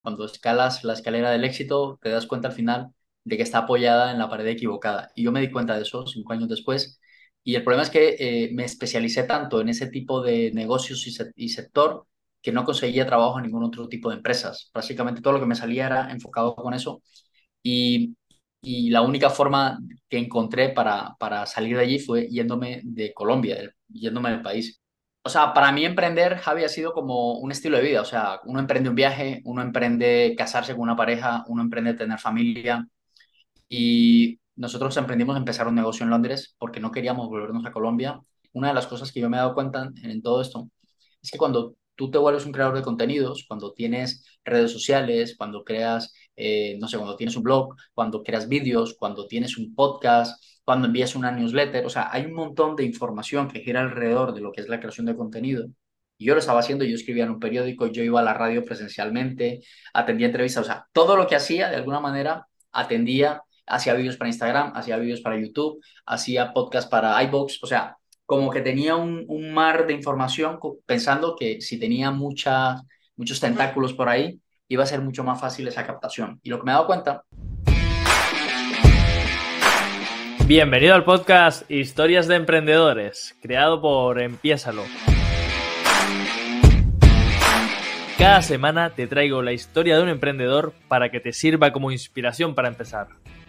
cuando escalas la escalera del éxito, te das cuenta al final de que está apoyada en la pared equivocada. Y yo me di cuenta de eso 5 años después. Y el problema es que me especialicé tanto en ese tipo de negocios y sector que no conseguía trabajo en ningún otro tipo de empresas. Básicamente todo lo que me salía era enfocado con eso. Y, y la única forma que encontré para salir de allí fue yéndome de Colombia, yéndome del país. O sea, para mí emprender, Javi, ha sido como un estilo de vida. O sea, uno emprende un viaje, uno emprende casarse con una pareja, uno emprende tener familia. Y nosotros emprendimos a empezar un negocio en Londres porque no queríamos volvernos a Colombia. Una de las cosas que yo me he dado cuenta en todo esto es que cuando tú te vuelves un creador de contenidos, cuando tienes redes sociales, cuando creas, no sé, cuando tienes un blog, cuando creas vídeos, cuando tienes un podcast, cuando envías una newsletter, o sea, hay un montón de información que gira alrededor de lo que es la creación de contenido. Y yo lo estaba haciendo, yo escribía en un periódico, yo iba a la radio presencialmente, atendía entrevistas, o sea, todo lo que hacía de alguna manera atendía, hacía vídeos para Instagram, hacía vídeos para YouTube, hacía podcast para iVoox, o sea, como que tenía un mar de información pensando que si tenía muchos tentáculos por ahí, iba a ser mucho más fácil esa captación. Y lo que me he dado cuenta. Bienvenido al podcast Historias de Emprendedores, creado por Empiésalo. Cada semana te traigo la historia de un emprendedor para que te sirva como inspiración para empezar.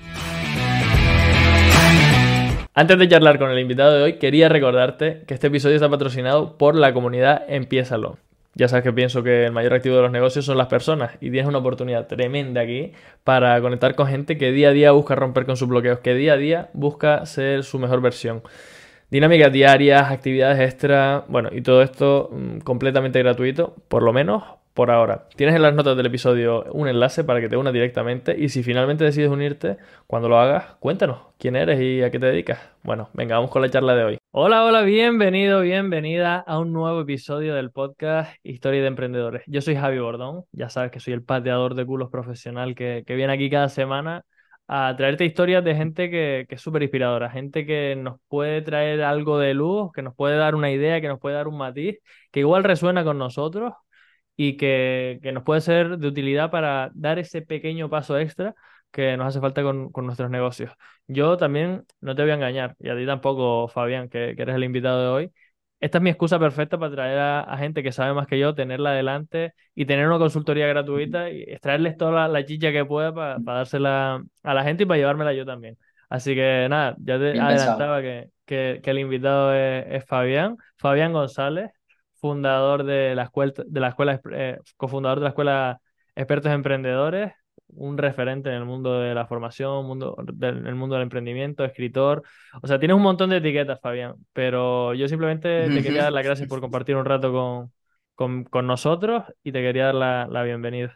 Antes de charlar con el invitado de hoy, quería recordarte que este episodio está patrocinado por la comunidad Empiésalo. Ya sabes que pienso que el mayor activo de los negocios son las personas y tienes una oportunidad tremenda aquí para conectar con gente que día a día busca romper con sus bloqueos, que día a día busca ser su mejor versión. Dinámicas diarias, actividades extra, bueno, y todo esto completamente gratuito, por lo menos por ahora. Tienes en las notas del episodio un enlace para que te unas directamente y si finalmente decides unirte, cuando lo hagas, cuéntanos quién eres y a qué te dedicas. Bueno, venga, vamos con la charla de hoy. Hola, hola, bienvenido, bienvenida a un nuevo episodio del podcast Historia de Emprendedores. Yo soy Javi Bordón, ya sabes que soy el pateador de culos profesional que viene aquí cada semana a traerte historias de gente que es súper inspiradora, gente que nos puede traer algo de luz, que nos puede dar una idea, que nos puede dar un matiz, que igual resuena con nosotros y que nos puede ser de utilidad para dar ese pequeño paso extra que nos hace falta con nuestros negocios. Yo también no te voy a engañar, y a ti tampoco, Fabián, que eres el invitado de hoy. Esta es mi excusa perfecta para traer a gente que sabe más que yo, tenerla adelante y tener una consultoría gratuita y extraerles toda la chicha que pueda para dársela a la gente y para llevármela yo también. Así que nada, ya te Bien pensado. adelantaba que el invitado es Fabián, Fabián González, fundador de la escuela, cofundador de la escuela Expertos Emprendedores, un referente en el mundo de la formación, en el mundo del emprendimiento, escritor. O sea, tienes un montón de etiquetas, Fabián, pero yo simplemente te quería dar las gracias por compartir un rato con nosotros y te quería dar la bienvenida.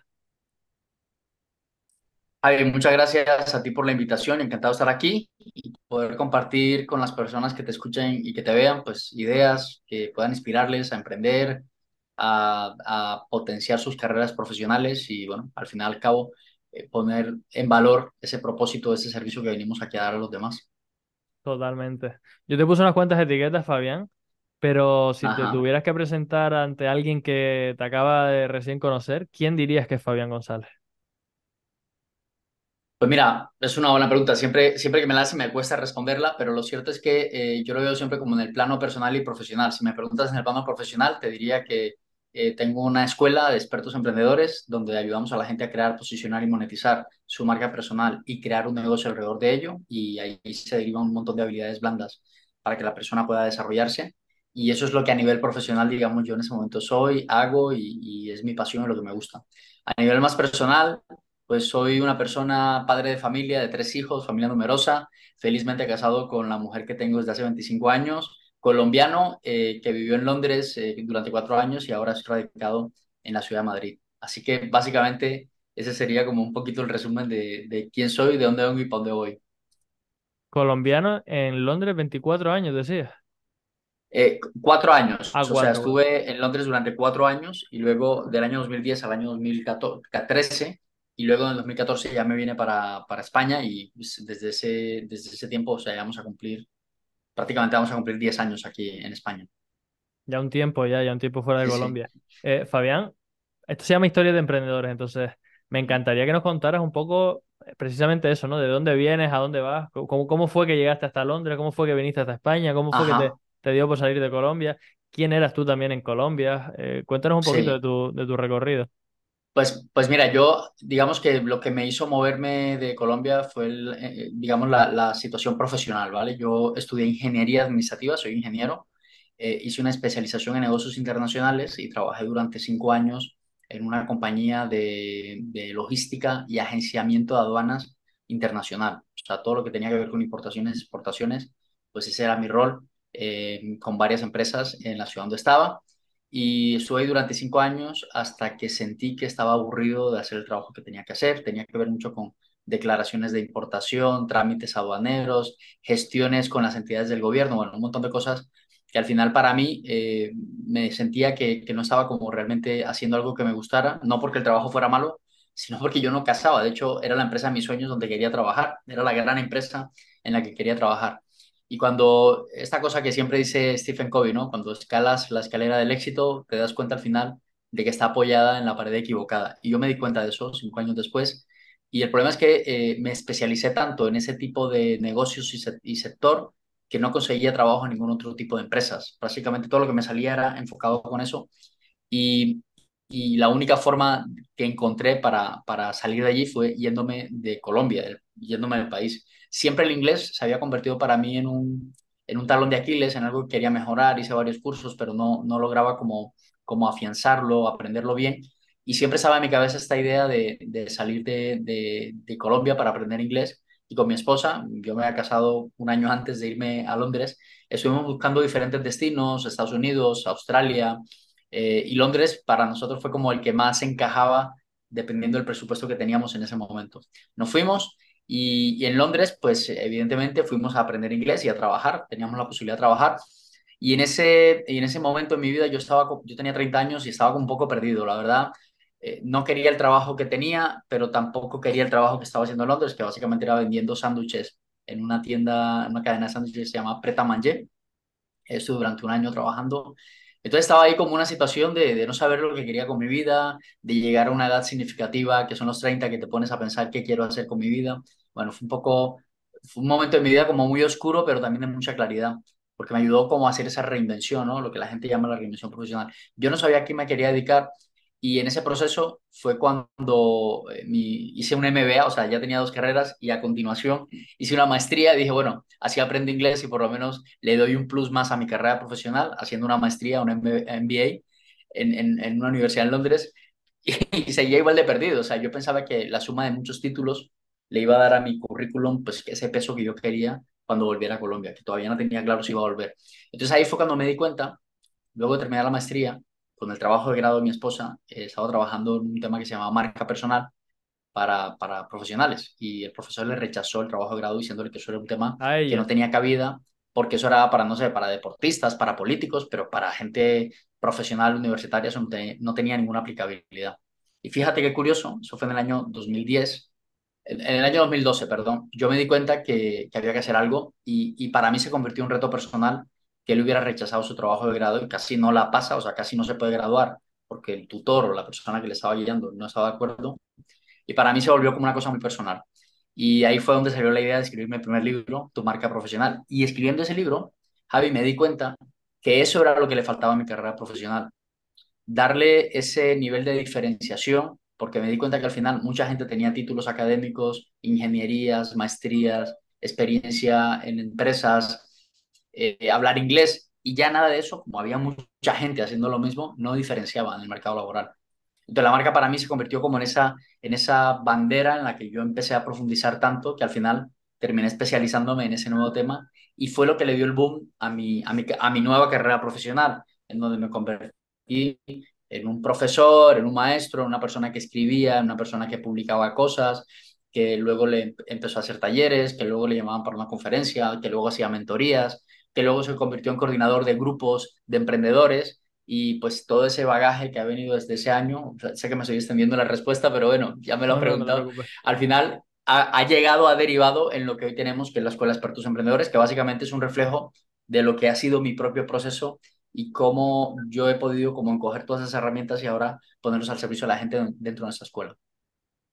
Javi, muchas gracias a ti por la invitación, encantado de estar aquí y poder compartir con las personas que te escuchen y que te vean, pues ideas que puedan inspirarles a emprender, a potenciar sus carreras profesionales y bueno, al final al cabo, poner en valor ese propósito, ese servicio que venimos aquí a dar a los demás. Totalmente. Yo te puse unas cuantas etiquetas, Fabián, pero si te Ajá. tuvieras que presentar ante alguien que te acaba de recién conocer, ¿quién dirías que es Fabián González? Pues mira, es una buena pregunta. Siempre que me la hacen me cuesta responderla, pero lo cierto es que yo lo veo siempre como en el plano personal y profesional. Si me preguntas en el plano profesional, te diría que tengo una escuela de expertos emprendedores donde ayudamos a la gente a crear, posicionar y monetizar su marca personal y crear un negocio alrededor de ello. Y ahí se derivan un montón de habilidades blandas para que la persona pueda desarrollarse. Y eso es lo que a nivel profesional, digamos, yo en ese momento soy, hago y es mi pasión y lo que me gusta. A nivel más personal, pues soy una persona, padre de familia, de 3 hijos, familia numerosa, felizmente casado con la mujer que tengo desde hace 25 años, colombiano, que vivió en Londres durante 4 años y ahora es radicado en la ciudad de Madrid. Así que básicamente ese sería como un poquito el resumen de quién soy, de dónde vengo y para dónde voy. Colombiano en Londres, 24 años, decías. 4 años, Ah, o sea, 4. estuve en Londres durante 4 años y luego del año 2010 al año 2013 y luego en el 2014 ya me vine para España y pues, desde ese tiempo, o sea, prácticamente vamos a cumplir 10 años aquí en España. Ya un tiempo fuera de Sí, sí. Colombia. Fabián, esto se llama Historia de Emprendedores, entonces. Me encantaría que nos contaras un poco precisamente eso, ¿no? ¿De dónde vienes, a dónde vas? ¿Cómo fue que llegaste hasta Londres? ¿Cómo fue que viniste hasta España? ¿Cómo fue que Ajá, te dio por salir de Colombia? ¿Quién eras tú también en Colombia? Cuéntanos un poquito sí. de tu recorrido. Pues mira, yo digamos que lo que me hizo moverme de Colombia fue, digamos, la situación profesional, ¿vale? Yo estudié ingeniería administrativa, soy ingeniero, hice una especialización en negocios internacionales y trabajé durante 5 años en una compañía de logística y agenciamiento de aduanas internacional. O sea, todo lo que tenía que ver con importaciones y exportaciones, pues ese era mi rol con varias empresas en la ciudad donde estaba. Y estuve ahí durante 5 años hasta que sentí que estaba aburrido de hacer el trabajo que tenía que hacer. Tenía que ver mucho con declaraciones de importación, trámites aduaneros, gestiones con las entidades del gobierno, bueno, un montón de cosas que al final para mí me sentía que no estaba como realmente haciendo algo que me gustara, no porque el trabajo fuera malo, sino porque yo no casaba. De hecho, era la empresa de mis sueños donde quería trabajar, era la gran empresa en la que quería trabajar. Y cuando esta cosa que siempre dice Stephen Covey, ¿no? Cuando escalas la escalera del éxito, te das cuenta al final de que está apoyada en la pared equivocada. Y yo me di cuenta de eso 5 años después. Y el problema es que me especialicé tanto en ese tipo de negocios y sector que no conseguía trabajo en ningún otro tipo de empresas. Básicamente todo lo que me salía era enfocado con eso. Y, y la única forma que encontré para salir de allí fue yéndome de Colombia, yéndome del país. Siempre el inglés se había convertido para mí en un talón de Aquiles, en algo que quería mejorar. Hice varios cursos, pero no lograba como afianzarlo, aprenderlo bien. Y siempre estaba en mi cabeza esta idea de salir de Colombia para aprender inglés. Y con mi esposa, yo me había casado un año antes de irme a Londres, estuvimos buscando diferentes destinos, Estados Unidos, Australia, y Londres para nosotros fue como el que más encajaba dependiendo del presupuesto que teníamos en ese momento. Nos fuimos y en Londres, pues evidentemente fuimos a aprender inglés y a trabajar, teníamos la posibilidad de trabajar. Y en ese momento en mi vida yo tenía 30 años y estaba un poco perdido, la verdad. No quería el trabajo que tenía, pero tampoco quería el trabajo que estaba haciendo en Londres, que básicamente era vendiendo sándwiches en una tienda, en una cadena de sándwiches que se llama Pret a Manger. Estuve durante un año trabajando. Entonces estaba ahí como una situación de no saber lo que quería con mi vida, de llegar a una edad significativa, que son los 30 que te pones a pensar qué quiero hacer con mi vida. Bueno, fue un momento de mi vida como muy oscuro, pero también de mucha claridad, porque me ayudó como a hacer esa reinvención, ¿no? Lo que la gente llama la reinvención profesional. Yo no sabía a qué me quería dedicar y en ese proceso fue cuando hice un MBA, o sea, ya tenía 2 carreras y a continuación hice una maestría y dije, bueno, así aprendo inglés y por lo menos le doy un plus más a mi carrera profesional haciendo una maestría, un MBA en una universidad en Londres y seguía igual de perdido. O sea, yo pensaba que la suma de muchos títulos le iba a dar a mi currículum pues ese peso que yo quería cuando volviera a Colombia, que todavía no tenía claro si iba a volver. Entonces ahí fue cuando me di cuenta, luego de terminar la maestría, con el trabajo de grado de mi esposa, estaba trabajando en un tema que se llamaba marca personal para profesionales y el profesor le rechazó el trabajo de grado diciéndole que eso era un tema A que no ella. tenía cabida porque eso era para, no sé, para deportistas, para políticos, pero para gente profesional universitaria eso no tenía ninguna aplicabilidad. Y fíjate qué curioso, eso fue en el año 2010, en el año 2012, perdón, yo me di cuenta que había que hacer algo y para mí se convirtió en un reto personal que él hubiera rechazado su trabajo de grado y casi no la pasa, o sea, casi no se puede graduar porque el tutor o la persona que le estaba guiando no estaba de acuerdo. Y para mí se volvió como una cosa muy personal. Y ahí fue donde salió la idea de escribir mi primer libro, Tu marca profesional. Y escribiendo ese libro, Javi, me di cuenta que eso era lo que le faltaba a mi carrera profesional. Darle ese nivel de diferenciación, porque me di cuenta que al final mucha gente tenía títulos académicos, ingenierías, maestrías, experiencia en empresas, hablar inglés, y ya nada de eso, como había mucha gente haciendo lo mismo, no diferenciaba en el mercado laboral. Entonces la marca para mí se convirtió como en esa bandera en la que yo empecé a profundizar tanto que al final terminé especializándome en ese nuevo tema y fue lo que le dio el boom a mi nueva carrera profesional, en donde me convertí en un profesor, en un maestro, en una persona que escribía, en una persona que publicaba cosas, que luego empezó a hacer talleres, que luego le llamaban para una conferencia, que luego hacía mentorías, que luego se convirtió en coordinador de grupos de emprendedores y pues todo ese bagaje que ha venido desde ese año, o sea, sé que me estoy extendiendo la respuesta, pero bueno, ya me lo has No, no, no te preguntado, preocupes. al final ha llegado, ha derivado en lo que hoy tenemos, que es la Escuela de Expertos Emprendedores, que básicamente es un reflejo de lo que ha sido mi propio proceso y cómo yo he podido como encoger todas esas herramientas y ahora ponerlos al servicio de la gente dentro de nuestra escuela.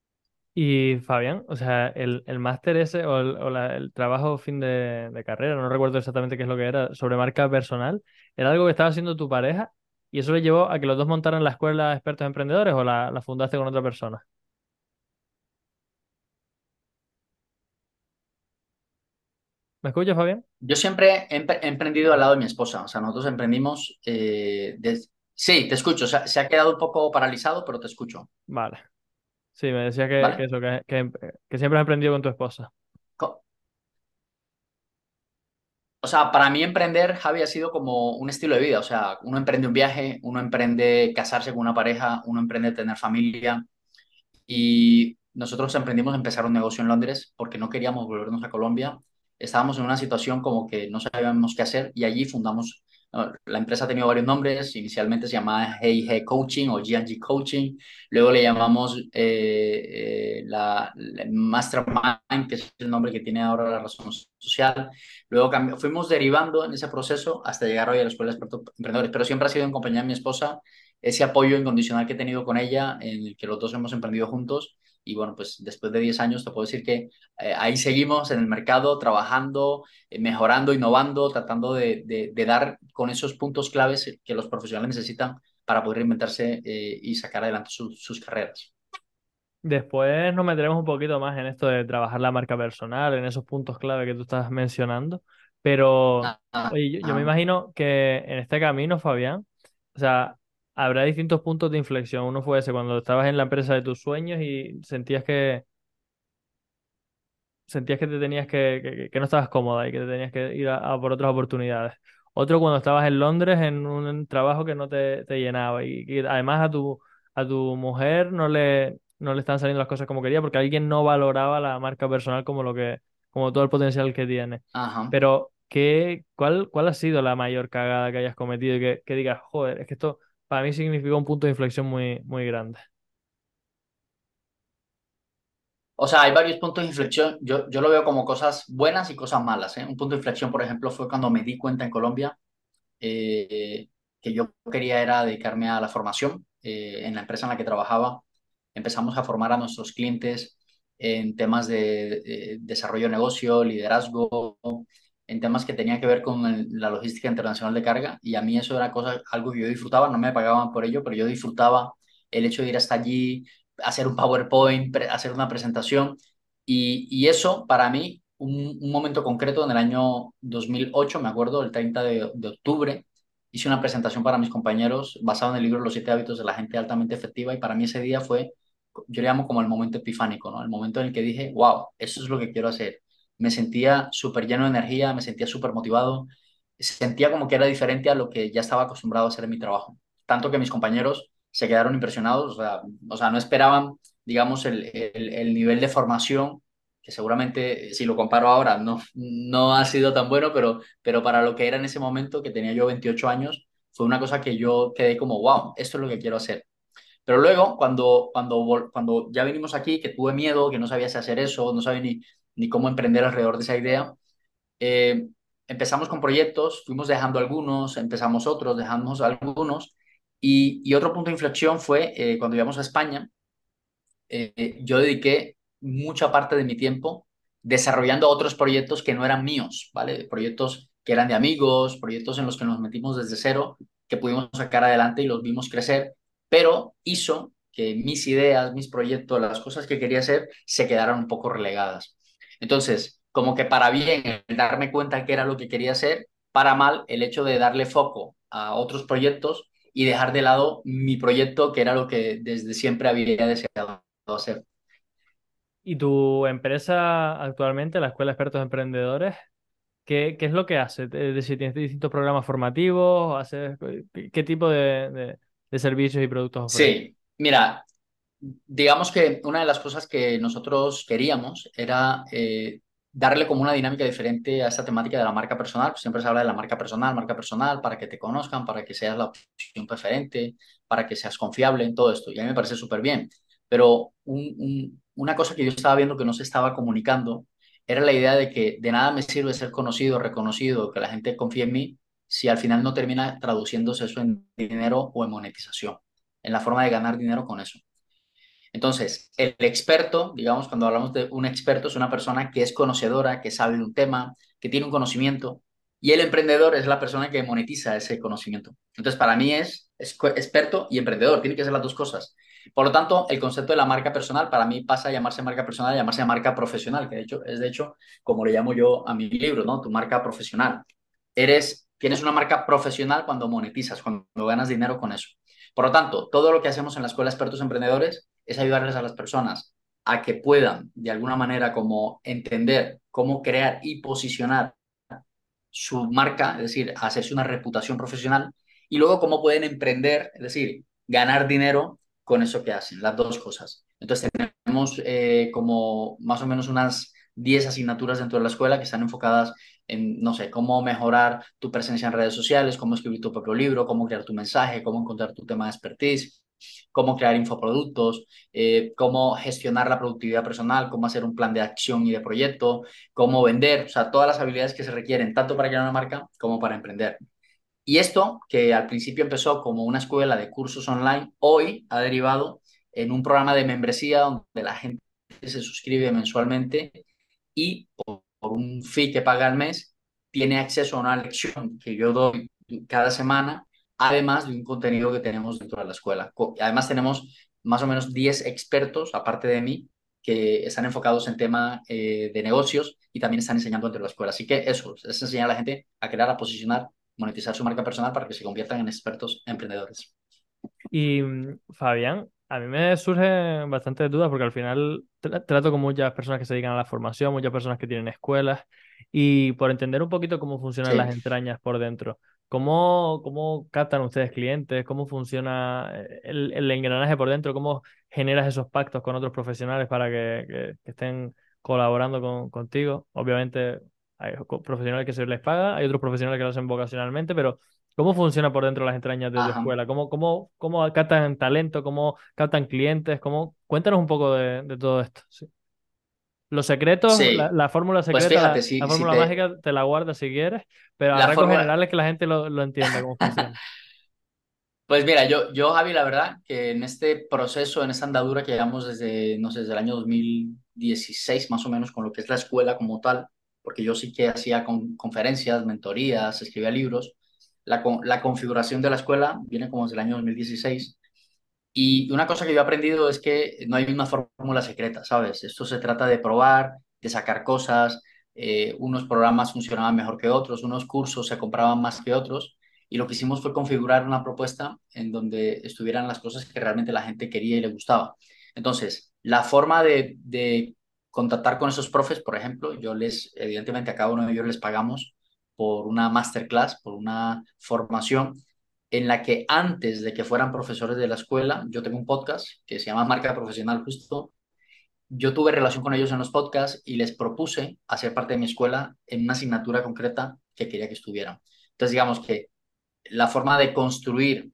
Y Fabián, o sea, el máster ese o el trabajo fin de carrera, no recuerdo exactamente qué es lo que era, sobre marca personal, ¿era algo que estaba haciendo tu pareja y eso le llevó a que los dos montaran la escuela de expertos emprendedores o la fundaste con otra persona? ¿Me escuchas, Fabián? Yo siempre he emprendido al lado de mi esposa, o sea, nosotros emprendimos. Sí, te escucho, se ha quedado un poco paralizado, pero te escucho, Vale. Sí, me decías que ¿vale? eso, que siempre has aprendido con tu esposa. Co- O sea, para mí emprender, Javi, ha sido como un estilo de vida, o sea, uno emprende un viaje, uno emprende casarse con una pareja, uno emprende tener familia. Y nosotros emprendimos a empezar un negocio en Londres porque no queríamos volvernos a Colombia. Estábamos en una situación como que no sabíamos qué hacer y allí fundamos, la empresa ha tenido varios nombres, inicialmente se llamaba Hey Hey Coaching o G&G Coaching, luego le llamamos la Mastermind, que es el nombre que tiene ahora la razón social. Luego fuimos derivando en ese proceso hasta llegar hoy a la Escuela de Expertos Emprendedores, pero siempre ha sido en compañía de mi esposa ese apoyo incondicional que he tenido con ella, en el que los dos hemos emprendido juntos. Y bueno, pues después de 10 años te puedo decir que ahí seguimos en el mercado, trabajando, mejorando, innovando, tratando de dar con esos puntos claves que los profesionales necesitan para poder reinventarse y sacar adelante sus carreras. Después nos meteremos un poquito más en esto de trabajar la marca personal, en esos puntos clave que tú estás mencionando. Pero, Ah, ah, oye, yo me ah. imagino que en este camino, Fabián, o sea, habrá distintos puntos de inflexión. Uno fue ese, cuando estabas en la empresa de tus sueños y sentías que te tenías que no estabas cómoda y que te tenías que ir a por otras oportunidades. Otro cuando estabas en Londres en un trabajo que no te llenaba y que además a tu mujer no le están saliendo las cosas como quería porque alguien no valoraba la marca personal como todo el potencial que tiene. Ajá. Pero, ¿cuál ha sido la mayor cagada que hayas cometido y que digas, joder, es que esto para mí significó un punto de inflexión muy, muy grande? O sea, hay varios puntos de inflexión. Yo lo veo como cosas buenas y cosas malas, ¿eh? Un punto de inflexión, por ejemplo, fue cuando me di cuenta en Colombia que yo quería era dedicarme a la formación. En la empresa en la que trabajaba, empezamos a formar a nuestros clientes en temas de desarrollo de negocio, liderazgo, en temas que tenían que ver con la logística internacional de carga. Y a mí eso era algo que yo disfrutaba, no me pagaban por ello, pero yo disfrutaba el hecho de ir hasta allí, hacer un PowerPoint, hacer una presentación. Y eso para mí, un momento concreto en el año 2008, me acuerdo, el 30 de octubre, hice una presentación para mis compañeros basado en el libro Los 7 hábitos de la gente altamente efectiva y para mí ese día fue, yo le llamo como el momento epifánico, ¿no? El momento en el que dije, wow, eso es lo que quiero hacer. Me sentía súper lleno de energía, me sentía súper motivado, sentía como que era diferente a lo que ya estaba acostumbrado a hacer en mi trabajo. Tanto que mis compañeros se quedaron impresionados, o sea no esperaban, digamos, el nivel de formación que seguramente si lo comparo ahora no ha sido tan bueno, pero para lo que era en ese momento, que tenía yo 28 años, fue una cosa que yo quedé como, wow, esto es lo que quiero hacer. Pero luego, cuando ya vinimos aquí, que tuve miedo, que no sabía si hacer eso, no sabía ni cómo emprender alrededor de esa idea, eh, empezamos con proyectos, fuimos dejando algunos, empezamos otros, dejamos algunos, y otro punto de inflexión fue cuando íbamos a España. Yo dediqué mucha parte de mi tiempo desarrollando otros proyectos que no eran míos, ¿vale? Proyectos que eran de amigos, proyectos en los que nos metimos desde cero, que pudimos sacar adelante y los vimos crecer, pero hizo que mis ideas, mis proyectos, las cosas que quería hacer, se quedaran un poco relegadas. Entonces, como que para bien el darme cuenta que era lo que quería hacer, para mal el hecho de darle foco a otros proyectos y dejar de lado mi proyecto, que era lo que desde siempre había deseado hacer. ¿Y tu empresa actualmente, la Escuela de Expertos Emprendedores, qué es lo que hace? Es decir, ¿tienes distintos programas formativos? ¿Qué tipo de servicios y productos ofrece? Sí, mira, digamos que una de las cosas que nosotros queríamos era darle como una dinámica diferente a esta temática de la marca personal. Pues siempre se habla de la marca personal, para que te conozcan, para que seas la opción preferente, para que seas confiable en todo esto. Y a mí me parece súper bien. Pero una cosa que yo estaba viendo que no se estaba comunicando era la idea de que de nada me sirve ser conocido, reconocido, que la gente confíe en mí, si al final no termina traduciéndose eso en dinero o en monetización, en la forma de ganar dinero con eso. Entonces, el experto, digamos, cuando hablamos de un experto, es una persona que es conocedora, que sabe de un tema, que tiene un conocimiento, y el emprendedor es la persona que monetiza ese conocimiento. Entonces, para mí es experto y emprendedor, tiene que ser las dos cosas. Por lo tanto, el concepto de la marca personal para mí pasa a llamarse marca personal, a llamarse marca profesional, que de hecho es de hecho como le llamo yo a mi libro, ¿no? Tu marca profesional. Tienes una marca profesional cuando monetizas, cuando ganas dinero con eso. Por lo tanto, todo lo que hacemos en la Escuela de Expertos Emprendedores es ayudarles a las personas a que puedan, de alguna manera, como entender cómo crear y posicionar su marca, es decir, hacerse una reputación profesional, y luego cómo pueden emprender, es decir, ganar dinero con eso que hacen, las dos cosas. Entonces tenemos como más o menos unas 10 asignaturas dentro de la escuela que están enfocadas en, no sé, cómo mejorar tu presencia en redes sociales, cómo escribir tu propio libro, cómo crear tu mensaje, cómo encontrar tu tema de expertise, cómo crear infoproductos, cómo gestionar la productividad personal, cómo hacer un plan de acción y de proyecto, cómo vender, o sea, todas las habilidades que se requieren tanto para crear una marca como para emprender. Y esto, que al principio empezó como una escuela de cursos online, hoy ha derivado en un programa de membresía donde la gente se suscribe mensualmente y por un fee que paga al mes, tiene acceso a una lección que yo doy cada semana, además de un contenido que tenemos dentro de la escuela. Además tenemos más o menos 10 expertos, aparte de mí, que están enfocados en tema de negocios y también están enseñando dentro de la escuela. Así que eso, es enseñar a la gente a crear, a posicionar, monetizar su marca personal para que se conviertan en expertos emprendedores. Y Fabián, a mí me surgen bastantes dudas porque al final trato con muchas personas que se dedican a la formación, muchas personas que tienen escuelas y por entender un poquito cómo funcionan las Sí, entrañas por dentro, ¿cómo captan ustedes clientes? ¿Cómo funciona el engranaje por dentro? ¿Cómo generas esos pactos con otros profesionales para que estén colaborando contigo? Obviamente hay profesionales que se les paga, hay otros profesionales que lo hacen vocacionalmente, pero ¿cómo funciona por dentro las entrañas de tu ajá. escuela? ¿Cómo captan talento? ¿Cómo captan clientes? Cuéntanos un poco de todo esto. Sí. Los secretos, Sí, la fórmula pues secreta, fíjate, la si fórmula te... mágica, te la guardas si quieres, pero a La rasgos fórmula, generales que la gente lo entienda cómo funciona. pues mira, Javi, la verdad que en este proceso, en esta andadura que llevamos desde, no sé, desde el año 2016 más o menos, con lo que es la escuela como tal, porque yo sí que hacía conferencias, mentorías, escribía libros, la configuración de la escuela viene como desde el año 2016. Y una cosa que yo he aprendido es que no hay una fórmula secreta, ¿sabes? Esto se trata de probar, de sacar cosas. Unos programas funcionaban mejor que otros, unos cursos se compraban más que otros. Y lo que hicimos fue configurar una propuesta en donde estuvieran las cosas que realmente la gente quería y le gustaba. Entonces, la forma de contactar con esos profes, por ejemplo, evidentemente a cada uno de ellos les pagamos por una masterclass, por una formación en la que antes de que fueran profesores de la escuela, yo tengo un podcast que se llama Marca Profesional justo, yo tuve relación con ellos en los podcasts y les propuse hacer parte de mi escuela en una asignatura concreta que quería que estuvieran. Entonces, digamos que la forma de construir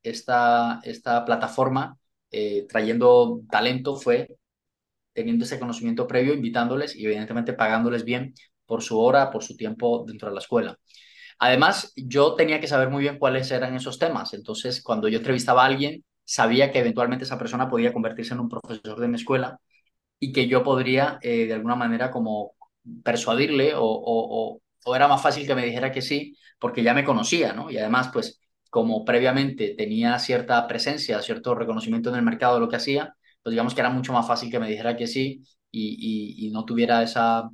esta plataforma trayendo talento fue teniendo ese conocimiento previo, invitándoles y evidentemente pagándoles bien por su hora, por su tiempo dentro de la escuela. Además, yo tenía que saber muy bien cuáles eran esos temas. Entonces, cuando yo entrevistaba a alguien, sabía que eventualmente esa persona podía convertirse en un profesor de mi escuela y que yo podría, de alguna manera, como persuadirle o era más fácil que me dijera que sí, porque ya me conocía, ¿no? Y además, pues, como previamente tenía cierta presencia, cierto reconocimiento en el mercado de lo que hacía, pues digamos que era mucho más fácil que me dijera que sí y no tuviera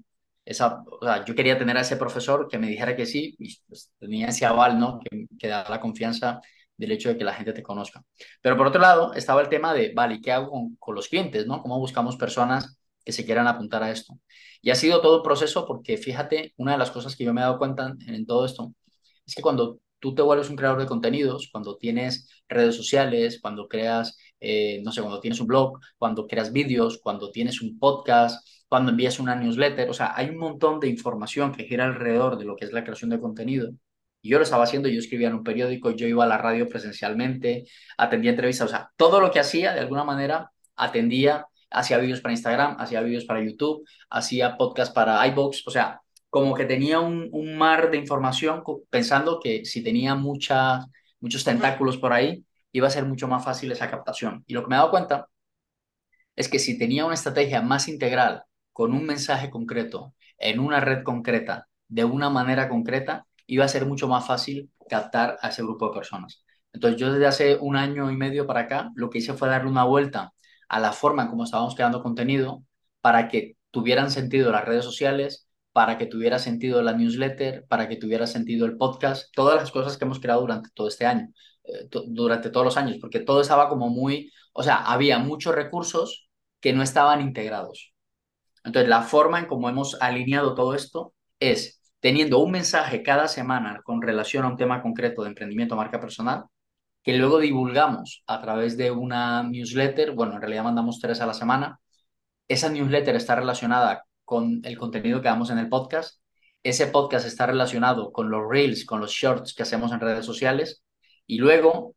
o sea, yo quería tener a ese profesor que me dijera que sí y pues, tenía ese aval, ¿no? Que da la confianza del hecho de que la gente te conozca. Pero por otro lado, estaba el tema de, vale, ¿qué hago con los clientes, no? ¿Cómo buscamos personas que se quieran apuntar a esto? Y ha sido todo un proceso porque, fíjate, una de las cosas que yo me he dado cuenta en todo esto es que cuando tú te vuelves un creador de contenidos, cuando tienes redes sociales, cuando creas, no sé, cuando tienes un blog, cuando creas vídeos, cuando tienes un podcast, cuando envías una newsletter, o sea, hay un montón de información que gira alrededor de lo que es la creación de contenido. Y yo lo estaba haciendo, yo escribía en un periódico, yo iba a la radio presencialmente, atendía entrevistas, o sea, todo lo que hacía, de alguna manera, atendía, hacía vídeos para Instagram, hacía vídeos para YouTube, hacía podcast para iVoox, o sea, como que tenía un mar de información pensando que si tenía muchos tentáculos por ahí, iba a ser mucho más fácil esa captación. Y lo que me he dado cuenta es que si tenía una estrategia más integral, con un mensaje concreto, en una red concreta, de una manera concreta, iba a ser mucho más fácil captar a ese grupo de personas. Entonces yo desde hace un año y medio para acá, lo que hice fue darle una vuelta a la forma en cómo estábamos creando contenido para que tuvieran sentido las redes sociales, para que tuviera sentido la newsletter, para que tuviera sentido el podcast, todas las cosas que hemos creado durante todo este año, durante todos los años, porque todo estaba como muy, o sea, había muchos recursos que no estaban integrados. Entonces, la forma en cómo hemos alineado todo esto es teniendo un mensaje cada semana con relación a un tema concreto de emprendimiento, marca personal, que luego divulgamos a través de una newsletter. Bueno, en realidad mandamos 3 a la semana. Esa newsletter está relacionada con el contenido que damos en el podcast. Ese podcast está relacionado con los reels, con los shorts que hacemos en redes sociales. Y luego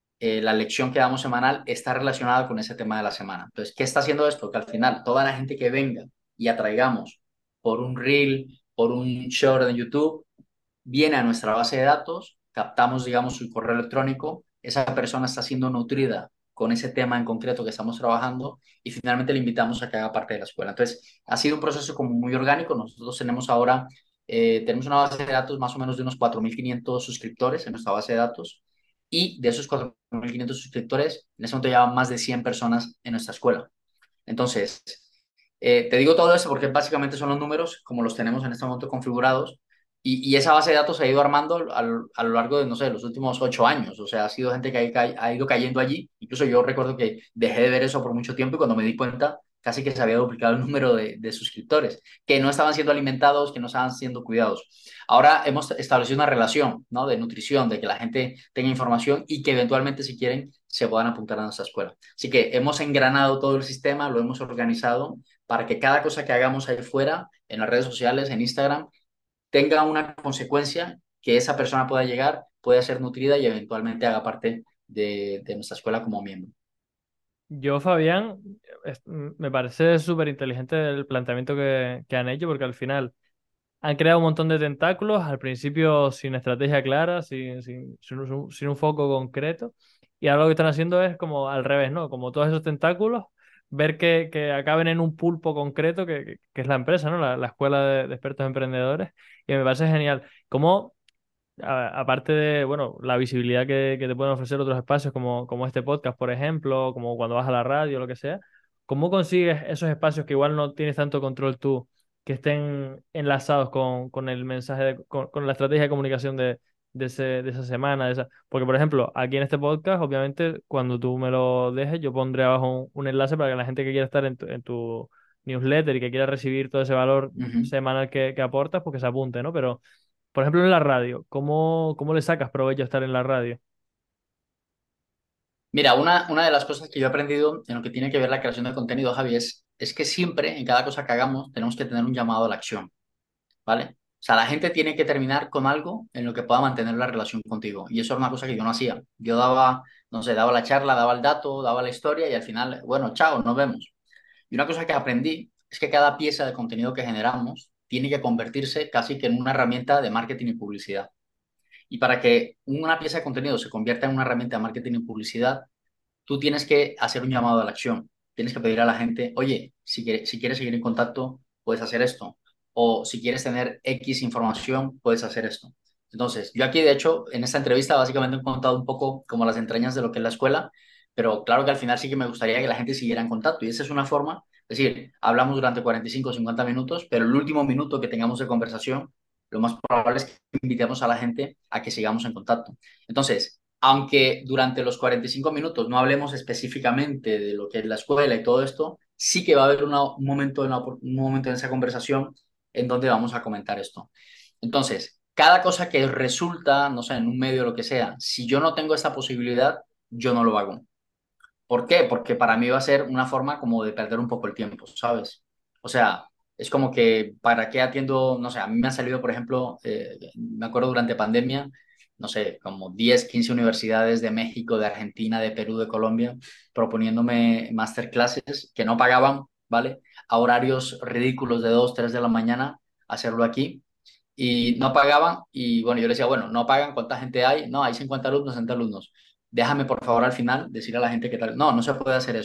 la lección que damos semanal está relacionada con ese tema de la semana. Entonces, ¿qué está haciendo esto? Que al final toda la gente que venga y atraigamos por un reel, por un short de YouTube, viene a nuestra base de datos, captamos, digamos, su correo electrónico, esa persona está siendo nutrida con ese tema en concreto que estamos trabajando y finalmente le invitamos a que haga parte de la escuela. Entonces, ha sido un proceso como muy orgánico. Nosotros tenemos ahora, tenemos una base de datos más o menos de unos 4.500 suscriptores en nuestra base de datos y de esos 4.500 suscriptores, en ese momento ya van más de 100 personas en nuestra escuela. Entonces, te digo todo eso porque básicamente son los números como los tenemos en este momento configurados y esa base de datos se ha ido armando a lo largo de, no sé, los últimos 8 años. O sea, ha sido gente que ha ido cayendo allí. Incluso yo recuerdo que dejé de ver eso por mucho tiempo y cuando me di cuenta casi que se había duplicado el número de suscriptores, que no estaban siendo alimentados, que no estaban siendo cuidados. Ahora hemos establecido una relación, ¿no? De nutrición, de que la gente tenga información y que eventualmente, si quieren, se puedan apuntar a nuestra escuela. Así que hemos engranado todo el sistema, lo hemos organizado para que cada cosa que hagamos ahí fuera, en las redes sociales, en Instagram, tenga una consecuencia que esa persona pueda llegar, pueda ser nutrida y eventualmente haga parte de nuestra escuela como miembro. Yo, Fabián, me parece súper inteligente el planteamiento que han hecho, porque al final han creado un montón de tentáculos, al principio sin estrategia clara, sin un foco concreto, y ahora lo que están haciendo es como al revés, ¿no? Como todos esos tentáculos, ver que acaben en un pulpo concreto que es la empresa, ¿no? La escuela de expertos emprendedores, y me parece genial. Cómo aparte de, bueno, la visibilidad que te pueden ofrecer otros espacios como este podcast, por ejemplo, como cuando vas a la radio, lo que sea, ¿cómo consigues esos espacios que igual no tienes tanto control tú, que estén enlazados con el mensaje, con la estrategia de comunicación de esa semana? Porque, por ejemplo, aquí en este podcast, obviamente, cuando tú me lo dejes, yo pondré abajo un enlace para que la gente que quiera estar en tu newsletter y que quiera recibir todo ese valor Ujú. semanal que aportas, pues que se apunte, ¿no? Pero por ejemplo, en la radio, ¿cómo le sacas provecho a estar en la radio? Mira, una de las cosas que yo he aprendido en lo que tiene que ver la creación de contenido, Javi, es que siempre, en cada cosa que hagamos, tenemos que tener un llamado a la acción, ¿vale? O sea, la gente tiene que terminar con algo en lo que pueda mantener la relación contigo. Y eso era una cosa que yo no hacía. Yo daba, no sé, daba la charla, daba el dato, daba la historia y al final, bueno, chao, nos vemos. Y una cosa que aprendí es que cada pieza de contenido que generamos tiene que convertirse casi que en una herramienta de marketing y publicidad. Y para que una pieza de contenido se convierta en una herramienta de marketing y publicidad, tú tienes que hacer un llamado a la acción. Tienes que pedir a la gente, oye, si quieres seguir en contacto, puedes hacer esto. O si quieres tener X información, puedes hacer esto. Entonces, yo aquí, de hecho, en esta entrevista básicamente he contado un poco como las entrañas de lo que es la escuela, pero claro que al final sí que me gustaría que la gente siguiera en contacto. Y esa es una forma, es decir, hablamos durante 45 o 50 minutos, pero el último minuto que tengamos de conversación, lo más probable es que invitemos a la gente a que sigamos en contacto. Entonces, aunque durante los 45 minutos no hablemos específicamente de lo que es la escuela y todo esto, sí que va a haber un momento en esa conversación en donde vamos a comentar esto. Entonces, cada cosa que resulta, no sé, en un medio o lo que sea, si yo no tengo esa posibilidad, yo no lo hago. ¿Por qué? Porque para mí va a ser una forma como de perder un poco el tiempo, ¿sabes? O sea, es como que, ¿para qué atiendo? No sé, a mí me han salido, por ejemplo, me acuerdo durante pandemia, no sé, como 10 15 universidades de México, de Argentina, de Perú, de Colombia, proponiéndome masterclasses que no pagaban, ¿vale? A horarios ridículos de 2 3 de la mañana, hacerlo aquí. Y no pagaban, y bueno, yo le decía, bueno, no pagan, ¿cuánta gente hay? No, hay 50 alumnos, 60 alumnos. Déjame, por favor, al final decir a la gente qué tal. No, no se puede hacer eso.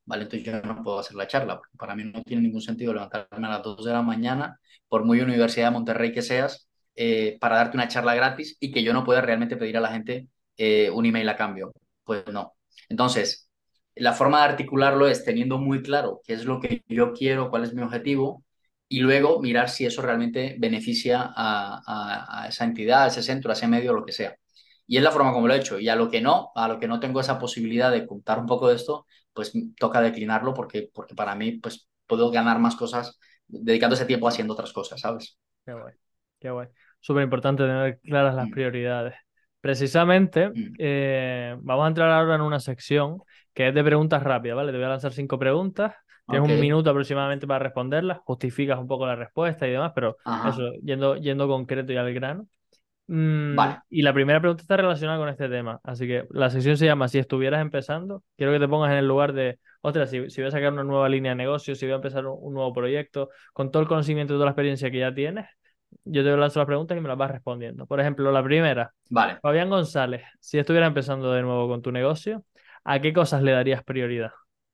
¿vale? Entonces yo no puedo hacer la charla, porque para mí no tiene ningún sentido levantarme a las 2 de la mañana, por muy Universidad de Monterrey que seas, para darte una charla gratis y que yo no pueda realmente pedir a la gente un email a cambio. Pues no. Entonces, la forma de articularlo es teniendo muy claro qué es lo que yo quiero, cuál es mi objetivo, y luego mirar si eso realmente beneficia a esa entidad, a ese centro, a ese medio, lo que sea. Y es la forma como lo he hecho. Y a lo que no tengo esa posibilidad de contar un poco de esto, pues toca declinarlo porque para mí pues puedo ganar más cosas dedicando ese tiempo haciendo otras cosas, ¿sabes? Qué guay, qué guay. Súper importante tener claras las Mm, prioridades. Precisamente, mm. vamos a entrar ahora en una sección que es de preguntas rápidas, ¿vale? Te voy a lanzar 5 preguntas. Tienes Ok, 1 minuto aproximadamente para responderlas. Justificas un poco la respuesta y demás, pero eso, ajá, yendo concreto y al grano. vale, Y la primera pregunta está relacionada con este tema. Así que la sección se llama Si estuvieras empezando. Quiero que te pongas en el lugar de, ostras, si voy a sacar una nueva línea de negocio, si voy a empezar un nuevo proyecto, con todo el conocimiento y toda la experiencia que ya tienes, yo te lanzo las preguntas y me las vas respondiendo. Por ejemplo, la primera, vale. Fabián González, si estuvieras empezando de nuevo con tu negocio, ¿a qué cosas le darías prioridad?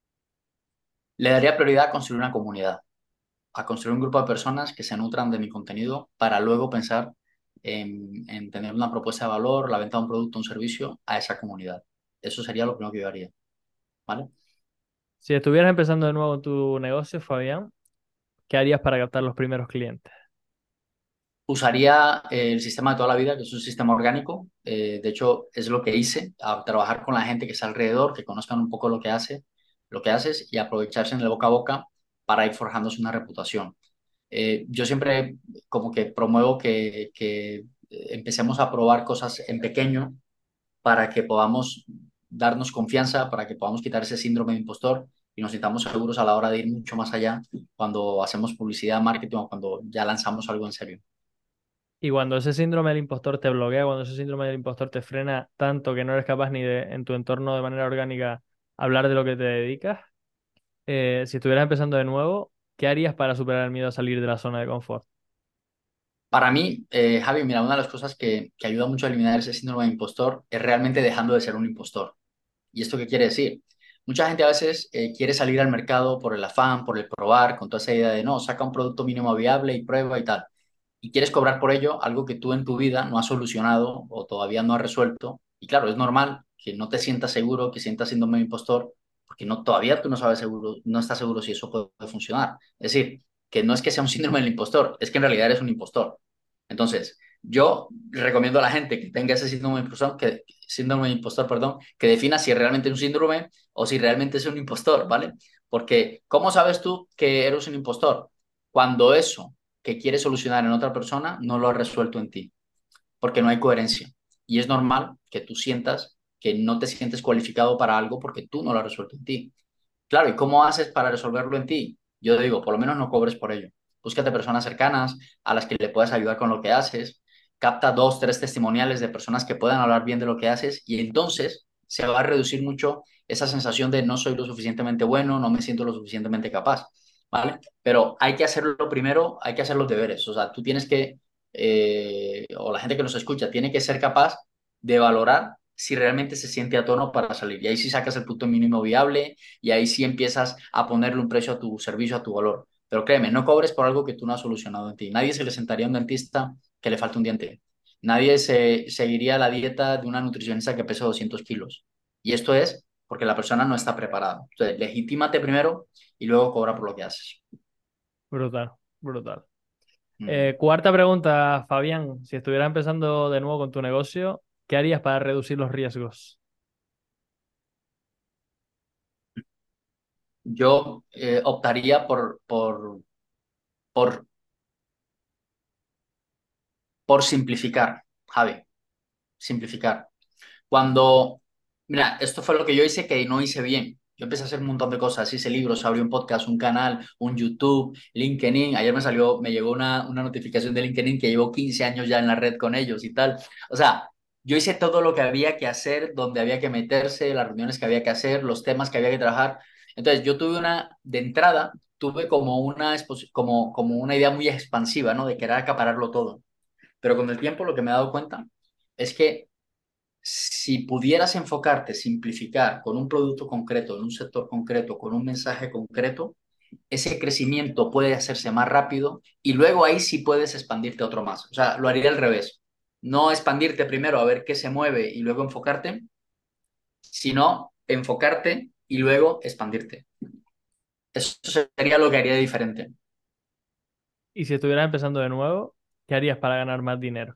Le daría prioridad a construir una comunidad, a construir un grupo de personas que se nutran de mi contenido para luego pensar en tener una propuesta de valor, la venta de un producto o un servicio a esa comunidad. Eso sería lo primero que yo haría, ¿vale? Si estuvieras empezando de nuevo con tu negocio, Fabián, ¿qué harías para captar los primeros clientes? Usaría el sistema de toda la vida, que es un sistema orgánico. De hecho, es lo que hice, a trabajar con la gente que está alrededor, que conozcan un poco lo que haces y aprovecharse en el boca a boca para ir forjándose una reputación. Yo siempre como que promuevo que empecemos a probar cosas en pequeño para que podamos darnos confianza, para que podamos quitar ese síndrome de impostor y nos sintamos seguros a la hora de ir mucho más allá cuando hacemos publicidad, marketing o cuando ya lanzamos algo en serio. Y cuando ese síndrome del impostor te bloquea, cuando ese síndrome del impostor te frena tanto que no eres capaz ni de, en tu entorno de manera orgánica, hablar de lo que te dedicas, si estuvieras empezando de nuevo, ¿qué harías para superar el miedo a salir de la zona de confort? Para mí, Javi, mira, una de las cosas que ayuda mucho a eliminar ese síndrome de impostor es realmente dejando de ser un impostor. ¿Y esto qué quiere decir? Mucha gente a veces quiere salir al mercado por el afán, por el probar, con toda esa idea de no, saca un producto mínimo viable y prueba y tal. Y quieres cobrar por ello algo que tú en tu vida no has solucionado o todavía no has resuelto. Y claro, es normal que no te sientas seguro, que sientas síndrome de impostor, porque no, todavía tú no sabes seguro, no estás seguro si eso puede funcionar. Es decir, que no es que sea un síndrome del impostor, es que en realidad eres un impostor. Entonces, yo recomiendo a la gente que tenga ese síndrome de impostor, perdón, que defina si es realmente un síndrome o si realmente es un impostor, ¿vale? Porque, ¿cómo sabes tú que eres un impostor? Cuando eso que quieres solucionar en otra persona no lo has resuelto en ti, porque no hay coherencia. Y es normal que tú sientas que no te sientes cualificado para algo porque tú no lo has resuelto en ti. Claro, ¿y cómo haces para resolverlo en ti? Yo digo, por lo menos no cobres por ello. Búscate personas cercanas a las que le puedas ayudar con lo que haces. Capta 2, 3 testimoniales de personas que puedan hablar bien de lo que haces y entonces se va a reducir mucho esa sensación de no soy lo suficientemente bueno, no me siento lo suficientemente capaz, ¿vale? Pero hay que hacerlo primero, hay que hacer los deberes. O sea, tú tienes que, o la gente que nos escucha, tiene que ser capaz de valorar si realmente se siente a tono para salir. Y ahí sí sacas el punto mínimo viable y ahí sí empiezas a ponerle un precio a tu servicio, a tu valor. Pero créeme, no cobres por algo que tú no has solucionado en ti. Nadie se le sentaría a un dentista que le falte un diente. Nadie se seguiría la dieta de una nutricionista que pesa 200 kilos. Y esto es porque la persona no está preparada. Entonces, legitímate primero y luego cobra por lo que haces. Brutal, brutal. Mm. Cuarta pregunta, Fabián, si estuvieras empezando de nuevo con tu negocio, ¿qué harías para reducir los riesgos? Yo optaría por, por simplificar, Javi, simplificar. Cuando, mira, esto fue lo que yo hice que no hice bien. Yo empecé a hacer un montón de cosas, hice libros, abrí un podcast, un canal, un YouTube, LinkedIn. Ayer me llegó una notificación de LinkedIn que llevo 15 años ya en la red con ellos y tal. O sea, yo hice todo lo que había que hacer, donde había que meterse, las reuniones que había que hacer, los temas que había que trabajar. Entonces, yo tuve de entrada, tuve como una idea muy expansiva, ¿no? De querer acapararlo todo. Pero con el tiempo lo que me he dado cuenta es que Si pudieras enfocarte, simplificar con un producto concreto, en un sector concreto, con un mensaje concreto, ese crecimiento puede hacerse más rápido y luego ahí sí puedes expandirte otro más. O sea, lo haría al revés. No expandirte primero a ver qué se mueve y luego enfocarte, sino enfocarte y luego expandirte. Eso sería lo que haría diferente. Y si estuvieras empezando de nuevo, ¿qué harías para ganar más dinero?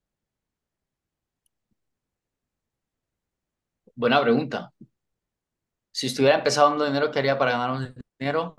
Buena pregunta. Si estuviera empezando dinero, ¿qué haría para ganar un dinero?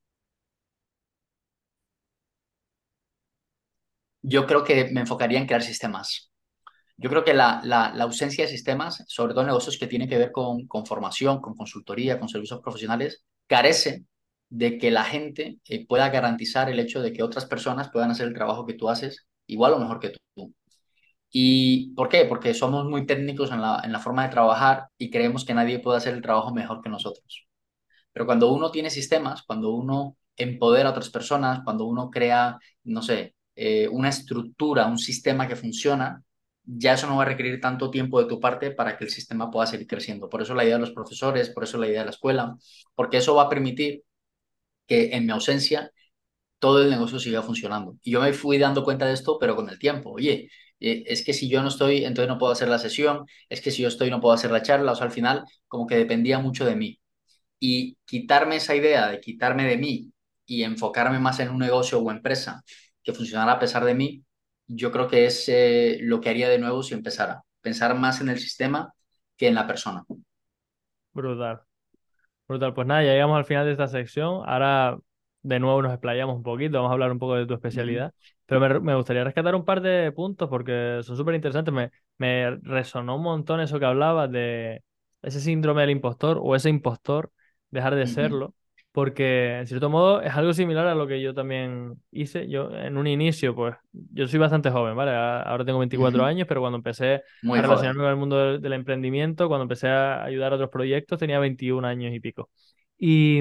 Yo creo que me enfocaría en crear sistemas. Yo creo que la ausencia de sistemas, sobre todo en negocios que tienen que ver con formación, con consultoría, con servicios profesionales, carece de que la gente pueda garantizar el hecho de que otras personas puedan hacer el trabajo que tú haces igual o mejor que tú. ¿Y por qué? Porque somos muy técnicos en la forma de trabajar y creemos que nadie puede hacer el trabajo mejor que nosotros. Pero cuando uno tiene sistemas, cuando uno empodera a otras personas, cuando uno crea, no sé, una estructura, un sistema que funciona, ya eso no va a requerir tanto tiempo de tu parte para que el sistema pueda seguir creciendo. Por eso la idea de los profesores, por eso la idea de la escuela, porque eso va a permitir que en mi ausencia todo el negocio siga funcionando. Y yo me fui dando cuenta de esto, pero con el tiempo. Oye, es que si yo no estoy, entonces no puedo hacer la sesión, es que si yo estoy, no puedo hacer la charla. O sea, al final, como que dependía mucho de mí y quitarme esa idea de quitarme de mí y enfocarme más en un negocio o empresa que funcionara a pesar de mí, yo creo que es lo que haría de nuevo si empezara. Pensar más en el sistema que en la persona. Brutal. Brutal, pues nada, ya llegamos al final de esta sección. Ahora de nuevo nos explayamos un poquito, vamos a hablar un poco de tu Ujú, especialidad. Pero me gustaría rescatar un par de puntos porque son súper interesantes. Me resonó un montón eso que hablabas de ese síndrome del impostor o ese impostor, dejar de ujú, serlo. Porque en cierto modo es algo similar a lo que yo también hice. Yo en un inicio, pues yo soy bastante joven, ¿vale? Ahora tengo 24 ujú. años, pero cuando empecé a Muy relacionarme joven. con el mundo del emprendimiento, cuando empecé a ayudar a otros proyectos, tenía 21 años y pico. Y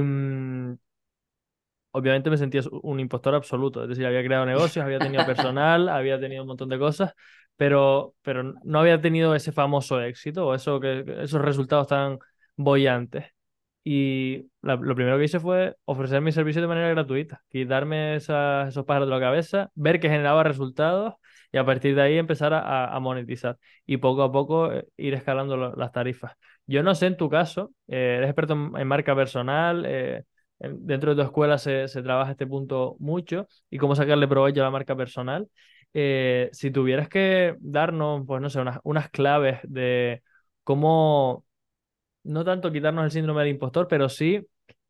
obviamente me sentía un impostor absoluto. Es decir, había creado negocios, había tenido personal, había tenido un montón de cosas, pero no había tenido ese famoso éxito o esos resultados tan bollantes. Y lo primero que hice fue ofrecer mi servicio de manera gratuita, quitarme esos pájaros de la cabeza, ver que generaba resultados y a partir de ahí empezar a monetizar y poco a poco ir escalando las tarifas. Yo no sé en tu caso, eres experto en marca personal, dentro de tu escuela se trabaja este punto mucho y cómo sacarle provecho a la marca personal. Si tuvieras que darnos, pues no sé, unas claves de cómo no tanto quitarnos el síndrome del impostor, pero sí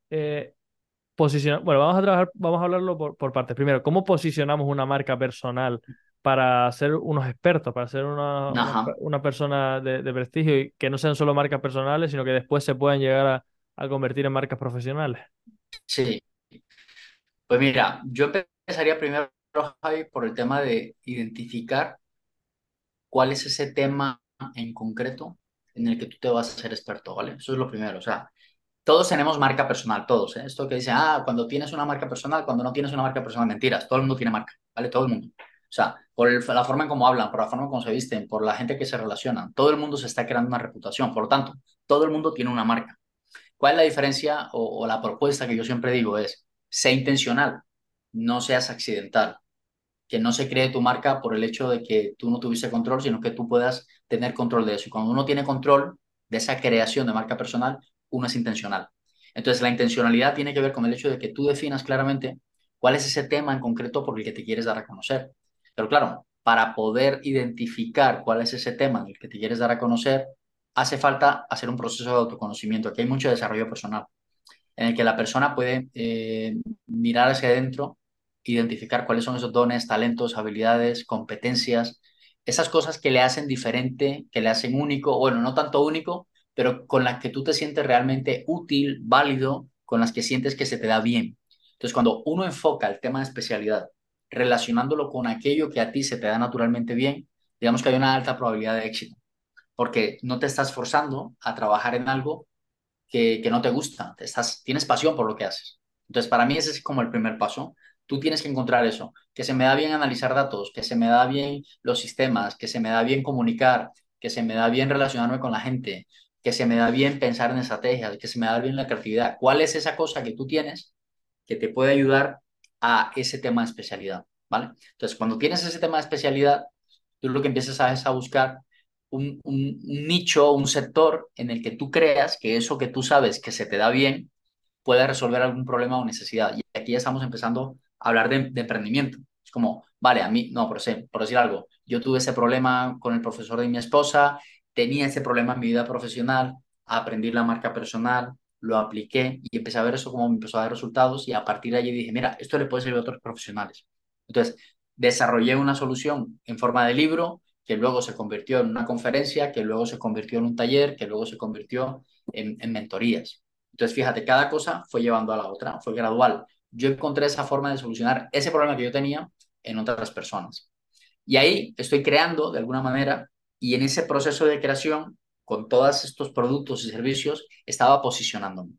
posicionar. Bueno, vamos a hablarlo por partes. Primero, ¿cómo posicionamos una marca personal para ser unos expertos, para ser Ajá, una persona de prestigio y que no sean solo marcas personales, sino que después se puedan llegar a convertir en marcas profesionales? sí. Pues mira, yo empezaría primero, Javi, por el tema de identificar cuál es ese tema en concreto en el que tú te vas a ser experto, ¿vale? Eso es lo primero. O sea, todos tenemos marca personal, todos, ¿eh? Esto que dice, cuando tienes una marca personal, cuando no tienes una marca personal, mentiras. Todo el mundo tiene marca, ¿vale? Todo el mundo. O sea, por la forma en cómo hablan, por la forma en cómo se visten, por la gente que se relaciona, todo el mundo se está creando una reputación. Por lo tanto, todo el mundo tiene una marca. ¿Cuál es la diferencia o la propuesta que yo siempre digo es, sé intencional, no seas accidental, que no se cree tu marca por el hecho de que tú no tuviste control, sino que tú puedas tener control de eso. Y cuando uno tiene control de esa creación de marca personal, uno es intencional. Entonces, la intencionalidad tiene que ver con el hecho de que tú definas claramente cuál es ese tema en concreto por el que te quieres dar a conocer. Pero claro, para poder identificar cuál es ese tema en el que te quieres dar a conocer, hace falta hacer un proceso de autoconocimiento. Aquí hay mucho desarrollo personal en el que la persona puede mirar hacia adentro, identificar cuáles son esos dones, talentos, habilidades, competencias, esas cosas que le hacen diferente, que le hacen único, bueno, no tanto único, pero con las que tú te sientes realmente útil, válido, con las que sientes que se te da bien. Entonces, cuando uno enfoca el tema de especialidad relacionándolo con aquello que a ti se te da naturalmente bien, digamos que hay una alta probabilidad de éxito, porque no te estás forzando a trabajar en algo que no te gusta, tienes pasión por lo que haces. Entonces, para mí ese es como el primer paso. Tú tienes que encontrar eso, que se me da bien analizar datos, que se me da bien los sistemas, que se me da bien comunicar, que se me da bien relacionarme con la gente, que se me da bien pensar en estrategias, que se me da bien la creatividad. ¿Cuál es esa cosa que tú tienes que te puede ayudar a ese tema de especialidad? ¿Vale? Entonces, cuando tienes ese tema de especialidad, tú lo que empiezas es a buscar un nicho, un sector en el que tú creas que eso que tú sabes que se te da bien puede resolver algún problema o necesidad. Y aquí ya estamos empezando a hablar de emprendimiento. Es como, vale, a mí, no, por decir algo, yo tuve ese problema con el profesor de mi esposa, tenía ese problema en mi vida profesional, aprendí la marca personal, lo apliqué y empecé a ver eso como me empezó a dar resultados y a partir de allí dije, mira, esto le puede servir a otros profesionales. Entonces, desarrollé una solución en forma de libro que luego se convirtió en una conferencia, que luego se convirtió en un taller, que luego se convirtió en mentorías. Entonces, fíjate, cada cosa fue llevando a la otra, fue gradual. Yo encontré esa forma de solucionar ese problema que yo tenía en otras personas. Y ahí estoy creando de alguna manera y en ese proceso de creación, con todos estos productos y servicios, estaba posicionándome.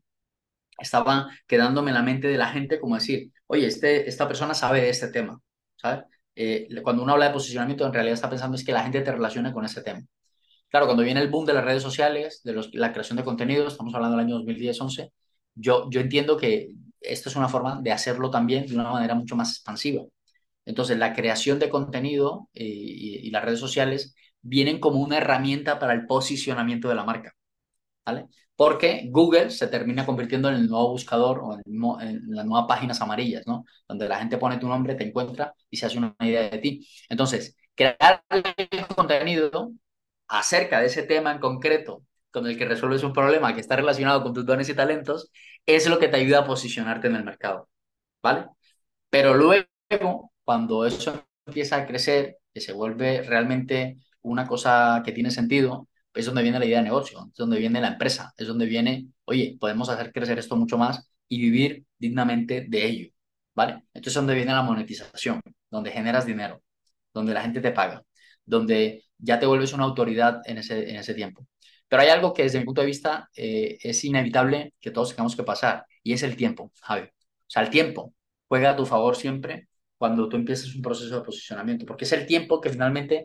Estaba quedándome en la mente de la gente como decir, oye, esta persona sabe de este tema, ¿sabes? Cuando uno habla de posicionamiento, en realidad está pensando es que la gente te relacione con ese tema. Claro, cuando viene el boom de las redes sociales, la creación de contenido, estamos hablando del año 2010-11, yo entiendo que esto es una forma de hacerlo también de una manera mucho más expansiva. Entonces, la creación de contenido y las redes sociales vienen como una herramienta para el posicionamiento de la marca, ¿vale? Porque Google se termina convirtiendo en el nuevo buscador o en las nuevas páginas amarillas, ¿no? Donde la gente pone tu nombre, te encuentra y se hace una idea de ti. Entonces, crear contenido acerca de ese tema en concreto con el que resuelves un problema que está relacionado con tus dones y talentos, es lo que te ayuda a posicionarte en el mercado, ¿vale? Pero luego, cuando eso empieza a crecer, que se vuelve realmente una cosa que tiene sentido, es donde viene la idea de negocio, es donde viene la empresa, es donde viene, oye, podemos hacer crecer esto mucho más y vivir dignamente de ello, ¿vale? Entonces es donde viene la monetización, donde generas dinero, donde la gente te paga, donde ya te vuelves una autoridad en ese tiempo. Pero hay algo que desde mi punto de vista es inevitable que todos tengamos que pasar y es el tiempo, Javi. O sea, el tiempo juega a tu favor siempre cuando tú empiezas un proceso de posicionamiento, porque es el tiempo que finalmente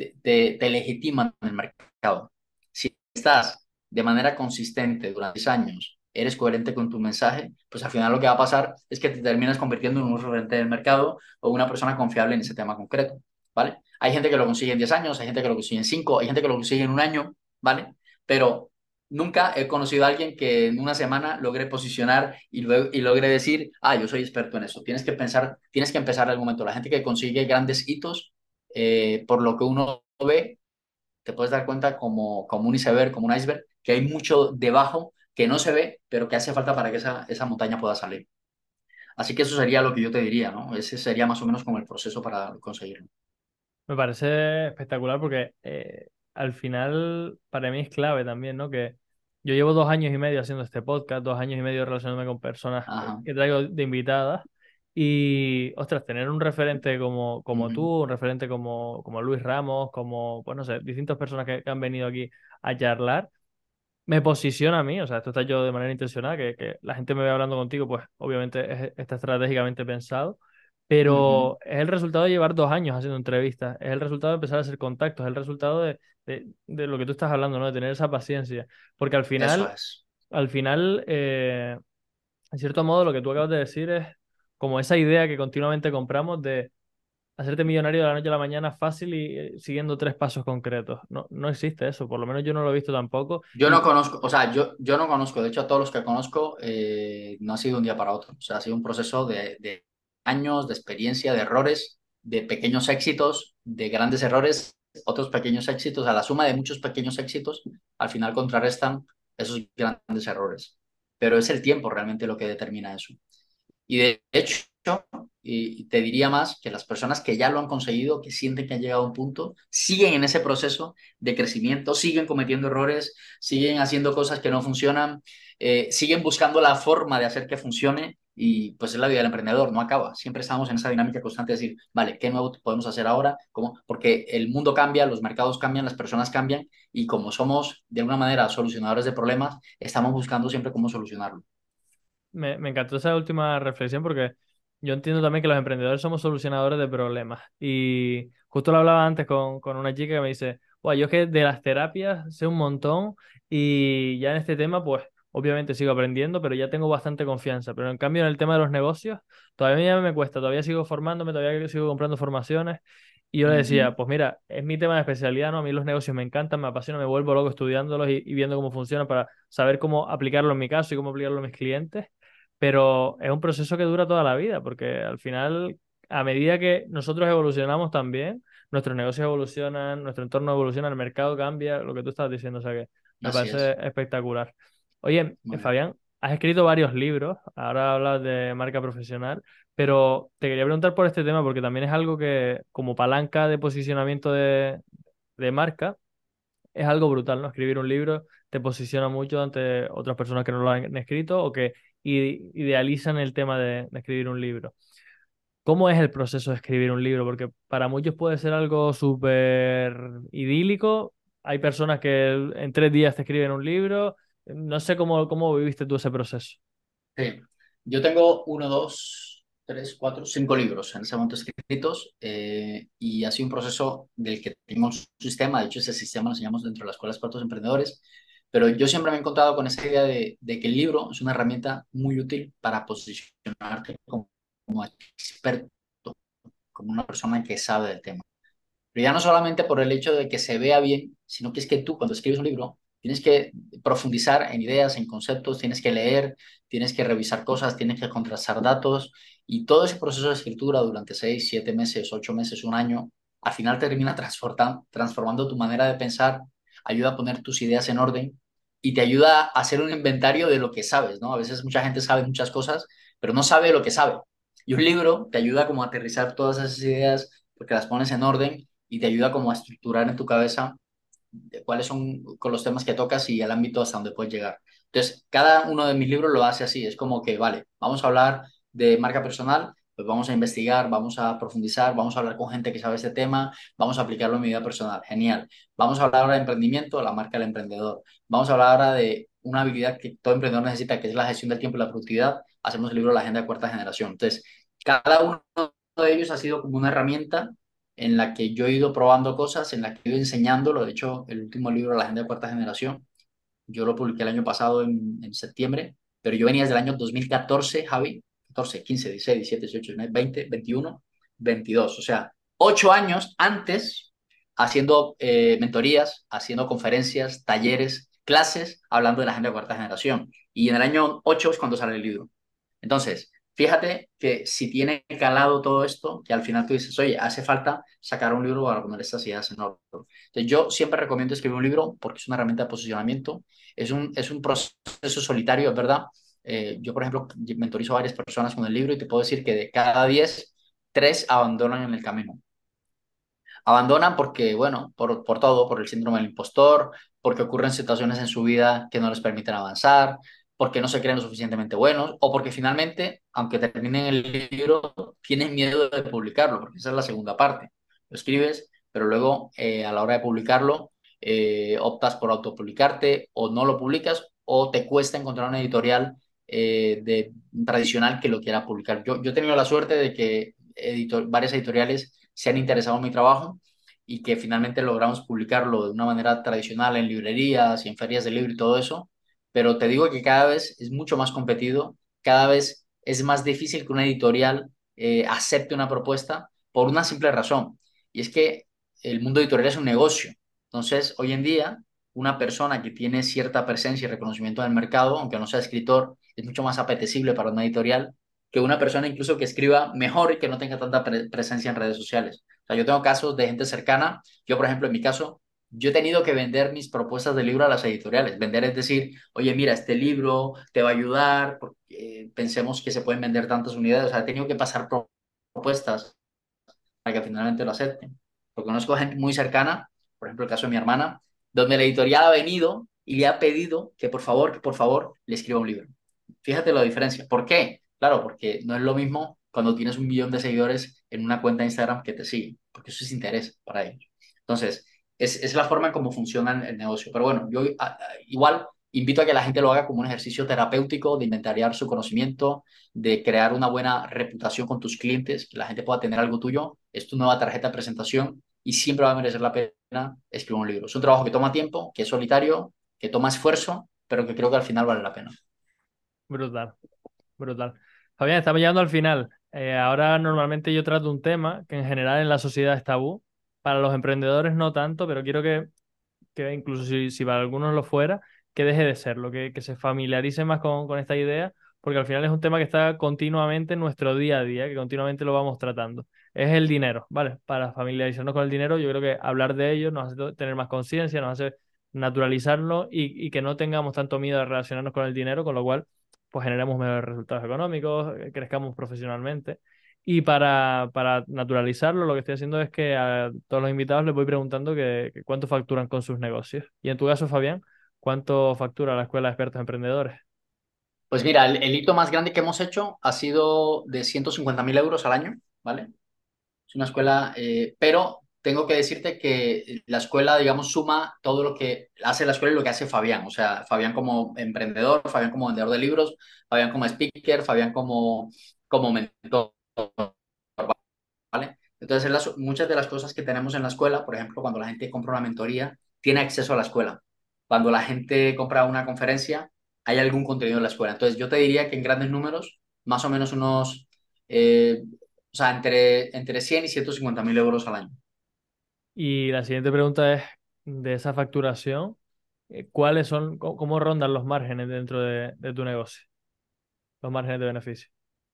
te legitima en el mercado. Si estás de manera consistente durante 10 años, eres coherente con tu mensaje, pues al final lo que va a pasar es que te terminas convirtiendo en un referente del mercado o una persona confiable en ese tema concreto, ¿vale? Hay gente que lo consigue en 10 años, hay gente que lo consigue en 5, hay gente que lo consigue en un año, ¿vale? Pero nunca he conocido a alguien que en una semana logre posicionar y logre decir, ah, yo soy experto en eso. Tienes que empezar en algún momento. La gente que consigue grandes hitos, por lo que uno ve, te puedes dar cuenta como un iceberg, como un iceberg, que hay mucho debajo que no se ve, pero que hace falta para que esa montaña pueda salir. Así que eso sería lo que yo te diría, ¿no? Ese sería más o menos como el proceso para conseguirlo. Me parece espectacular porque al final para mí es clave también, ¿no? Que yo llevo 2 años y medio haciendo este podcast, 2 años y medio relacionándome con personas Ajá. que traigo de invitadas y, ostras, tener un referente como Ujú. tú, un referente como Luis Ramos, como, pues no sé, distintas personas que han venido aquí a charlar me posiciona a mí, o sea, esto está yo de manera intencional, que la gente me ve hablando contigo, pues obviamente está estratégicamente pensado, Ujú. pero es el resultado de llevar 2 años haciendo entrevistas, es el resultado de empezar a hacer contactos, es el resultado de lo que tú estás hablando, ¿no? De tener esa paciencia, porque Eso es. al final, en cierto modo, lo que tú acabas de decir es como esa idea que continuamente compramos de hacerte millonario de la noche a la mañana fácil y siguiendo 3 pasos concretos. No, no existe eso, por lo menos yo no lo he visto tampoco. Yo no conozco, o sea, yo no conozco, de hecho a todos los que conozco no ha sido un día para otro, o sea, ha sido un proceso de años, de experiencia, de errores, de pequeños éxitos, de grandes errores, otros pequeños éxitos, a la suma de muchos pequeños éxitos, al final contrarrestan esos grandes errores. Pero es el tiempo realmente lo que determina eso. Y de hecho, y te diría más que las personas que ya lo han conseguido, que sienten que han llegado a un punto, siguen en ese proceso de crecimiento, siguen cometiendo errores, siguen haciendo cosas que no funcionan, siguen buscando la forma de hacer que funcione y pues es la vida del emprendedor, no acaba. Siempre estamos en esa dinámica constante de decir, vale, ¿qué nuevo podemos hacer ahora? ¿Cómo? Porque el mundo cambia, los mercados cambian, las personas cambian y como somos de alguna manera solucionadores de problemas, estamos buscando siempre cómo solucionarlo. Me encantó esa última reflexión porque yo entiendo también que los emprendedores somos solucionadores de problemas. Y justo lo hablaba antes con una chica que me dice, Bueno, yo es que de las terapias sé un montón y ya en este tema, pues obviamente sigo aprendiendo, pero ya tengo bastante confianza. Pero en cambio en el tema de los negocios, todavía me cuesta, todavía sigo formándome, todavía sigo comprando formaciones. Y yo le Ujú. decía, pues mira, es mi tema de especialidad, ¿no? A mí los negocios me encantan, me apasionan, me vuelvo loco estudiándolos y viendo cómo funcionan para saber cómo aplicarlo en mi caso y cómo aplicarlo a mis clientes. Pero es un proceso que dura toda la vida, porque al final, a medida que nosotros evolucionamos también, nuestros negocios evolucionan, nuestro entorno evoluciona, el mercado cambia, lo que tú estabas diciendo, o sea que me Así parece es. espectacular. Oye, Muy bien. Fabián, has escrito varios libros, ahora hablas de marca profesional, pero te quería preguntar por este tema porque también es algo que, como palanca de posicionamiento de marca, es algo brutal, ¿no? Escribir un libro te posiciona mucho ante otras personas que no lo han escrito o que idealizan el tema de escribir un libro. ¿Cómo es el proceso de escribir un libro? Porque para muchos puede ser algo súper idílico. Hay personas que en 3 días te escriben un libro. No sé cómo viviste tú ese proceso. Sí. Yo tengo uno, dos, tres, cuatro, cinco libros en ese momento escritos y ha sido un proceso del que tengo un sistema. De hecho, ese sistema lo enseñamos dentro de la Escuela de Expertos Emprendedores. Pero yo siempre me he encontrado con esa idea de que el libro es una herramienta muy útil para posicionarte como experto, como una persona que sabe del tema. Pero ya no solamente por el hecho de que se vea bien, sino que es que tú cuando escribes un libro tienes que profundizar en ideas, en conceptos, tienes que leer, tienes que revisar cosas, tienes que contrastar datos y todo ese proceso de escritura durante 6, 7 meses, 8 meses, un año, al final termina transformando tu manera de pensar, ayuda a poner tus ideas en orden y te ayuda a hacer un inventario de lo que sabes, ¿no? A veces mucha gente sabe muchas cosas, pero no sabe lo que sabe. Y un libro te ayuda como a aterrizar todas esas ideas porque las pones en orden y te ayuda como a estructurar en tu cabeza de cuáles son con los temas que tocas y el ámbito hasta donde puedes llegar. Entonces, cada uno de mis libros lo hace así, es como que, vale, vamos a hablar de marca personal, pues vamos a investigar, vamos a profundizar, vamos a hablar con gente que sabe ese tema, vamos a aplicarlo en mi vida personal, genial. Vamos a hablar ahora de emprendimiento, la marca del emprendedor. Vamos a hablar ahora de una habilidad que todo emprendedor necesita, que es la gestión del tiempo y la productividad. Hacemos el libro La Agenda de Cuarta Generación. Entonces, cada uno de ellos ha sido como una herramienta en la que yo he ido probando cosas, en la que he ido enseñándolo. De hecho, el último libro, La Agenda de Cuarta Generación, yo lo publiqué el año pasado en septiembre, pero yo venía desde el año 2014, Javi, 14, 15, 16, 17, 18, 19, 20, 21, 22, o sea, 8 años antes haciendo mentorías, haciendo conferencias, talleres, clases, hablando de la agenda de cuarta generación. Y en el año 8 es cuando sale el libro. Entonces, fíjate que si tiene calado todo esto, que al final tú dices, oye, hace falta sacar un libro para poner estas ideas en orden. Entonces, yo siempre recomiendo escribir un libro porque es una herramienta de posicionamiento, es un proceso solitario, es verdad. Yo, por ejemplo, mentorizo a varias personas con el libro y te puedo decir que de cada 10, 3 abandonan en el camino. Abandonan porque, bueno, por todo, por el síndrome del impostor, porque ocurren situaciones en su vida que no les permiten avanzar, porque no se creen lo suficientemente buenos, o porque finalmente, aunque terminen el libro, tienen miedo de publicarlo, porque esa es la segunda parte. Lo escribes, pero luego a la hora de publicarlo, optas por autopublicarte o no lo publicas, o te cuesta encontrar una editorial tradicional que lo quiera publicar. Yo he tenido la suerte de que varias editoriales se han interesado en mi trabajo y que finalmente logramos publicarlo de una manera tradicional en librerías y en ferias de libro y todo eso, pero te digo que cada vez es mucho más competido, cada vez es más difícil que una editorial acepte una propuesta por una simple razón, y es que el mundo editorial es un negocio. Entonces, hoy en día, una persona que tiene cierta presencia y reconocimiento en el mercado, aunque no sea escritor, es mucho más apetecible para una editorial que una persona incluso que escriba mejor y que no tenga tanta presencia en redes sociales. O sea, yo tengo casos de gente cercana. Yo, por ejemplo, en mi caso, yo he tenido que vender mis propuestas de libro a las editoriales. Vender es decir, oye, mira, este libro te va a ayudar, porque pensemos que se pueden vender tantas unidades. O sea, he tenido que pasar propuestas para que finalmente lo acepten. Porque conozco gente muy cercana, por ejemplo, el caso de mi hermana, donde la editorial ha venido y le ha pedido que por favor, le escriba un libro. Fíjate la diferencia. ¿Por qué? Claro, porque no es lo mismo cuando tienes 1 millón de seguidores en una cuenta de Instagram que te siguen, porque eso es interés para ellos. Entonces, es la forma en cómo funciona el negocio. Pero bueno, yo igual invito a que la gente lo haga como un ejercicio terapéutico de inventariar su conocimiento, de crear una buena reputación con tus clientes, que la gente pueda tener algo tuyo, es tu nueva tarjeta de presentación y siempre va a merecer la pena escribir un libro. Es un trabajo que toma tiempo, que es solitario, que toma esfuerzo, pero que creo que al final vale la pena. Brutal, brutal. Fabián, estamos llegando al final. Ahora normalmente yo trato un tema que en general en la sociedad es tabú. Para los emprendedores no tanto, pero quiero que incluso si para algunos lo fuera, que deje de serlo, que se familiarice más con esta idea, porque al final es un tema que está continuamente en nuestro día a día, que continuamente lo vamos tratando. Es el dinero, ¿vale? Para familiarizarnos con el dinero, yo creo que hablar de ello nos hace tener más conciencia, nos hace naturalizarlo y que no tengamos tanto miedo a relacionarnos con el dinero, con lo cual, pues generemos mejores resultados económicos, crezcamos profesionalmente. Y para naturalizarlo, lo que estoy haciendo es que a todos los invitados les voy preguntando que cuánto facturan con sus negocios. Y en tu caso, Fabián, ¿cuánto factura la Escuela de Expertos Emprendedores? Pues mira, el hito más grande que hemos hecho ha sido de 150.000 euros al año, ¿vale? Es una escuela, pero tengo que decirte que la escuela, digamos, suma todo lo que hace la escuela y lo que hace Fabián. O sea, Fabián como emprendedor, Fabián como vendedor de libros, Fabián como speaker, Fabián como mentor, ¿vale? Entonces, muchas de las cosas que tenemos en la escuela, por ejemplo, cuando la gente compra una mentoría, tiene acceso a la escuela. Cuando la gente compra una conferencia, hay algún contenido en la escuela. Entonces, yo te diría que en grandes números, más o menos unos, o sea, entre 100 y 150.000 euros al año. Y la siguiente pregunta es, de esa facturación, ¿cuáles son, cómo rondan los márgenes dentro de tu negocio? Los márgenes de beneficio.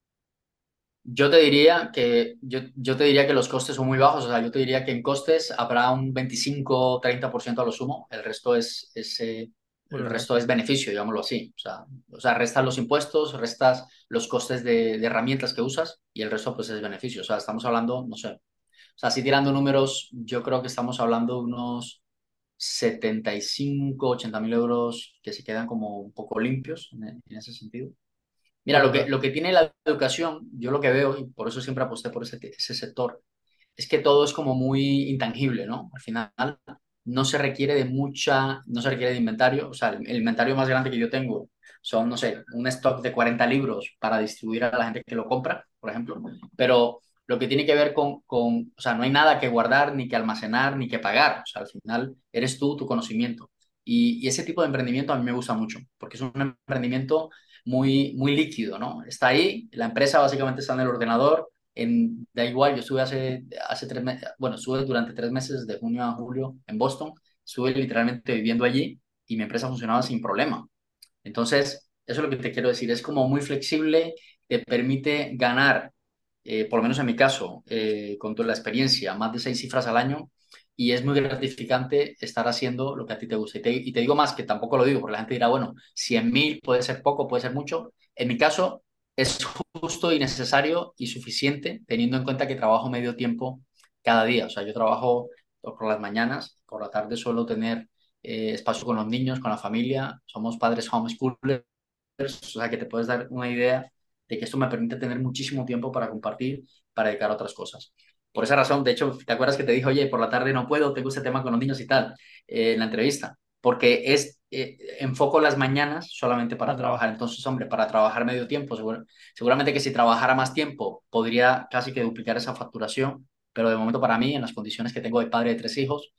Yo te diría que los costes son muy bajos, o sea, yo te diría que en costes habrá un 25-30% a lo sumo, el Brutal. resto es beneficio, digámoslo así. O sea, restas los impuestos, restas los costes de herramientas que usas y el resto pues es beneficio. O sea, estamos hablando, no sé, o sea, así tirando números, yo creo que estamos hablando de unos 75-80.000 euros que se quedan como un poco limpios en ese sentido. Mira, lo que, Brutal. lo que tiene la educación, yo lo que veo, y por eso siempre aposté por ese sector, es que todo es como muy intangible, ¿no? Al final no se requiere de inventario, o sea, el inventario más grande que yo tengo son, no sé, un stock de 40 libros para distribuir a la gente que lo compra, por ejemplo, pero lo que tiene que ver o sea, no hay nada que guardar, ni que almacenar, ni que pagar, o sea, al final eres tú, tu conocimiento. Y ese tipo de emprendimiento a mí me gusta mucho, porque es un emprendimiento muy, muy líquido, ¿no? Está ahí, la empresa básicamente está en el ordenador, da igual, yo estuve hace 3 meses, bueno, estuve durante 3 meses, de junio a julio, en Boston, estuve literalmente viviendo allí y mi empresa funcionaba sin problema. Entonces, eso es lo que te quiero decir, es como muy flexible, te permite ganar, por lo menos en mi caso, con toda la experiencia, más de 6 cifras al año y es muy gratificante estar haciendo lo que a ti te gusta. Y te digo más, que tampoco lo digo, porque la gente dirá, bueno, 100.000 puede ser poco, puede ser mucho. En mi caso, es justo y necesario y suficiente, teniendo en cuenta que trabajo medio tiempo cada día. O sea, yo trabajo por las mañanas, por la tarde suelo tener espacio con los niños, con la familia. Somos padres homeschoolers, o sea que te puedes dar una idea de que esto me permite tener muchísimo tiempo para compartir, para dedicar a otras cosas. Por esa razón, de hecho, ¿te acuerdas que te dije, oye, por la tarde no puedo, tengo ese tema con los niños y tal, en la entrevista? Porque enfoco las mañanas solamente para A trabajar. trabajar. Entonces, hombre, para trabajar medio tiempo, seguramente que si trabajara más tiempo podría casi que duplicar esa facturación, pero de momento para mí, en las condiciones que tengo de padre de 3 hijos,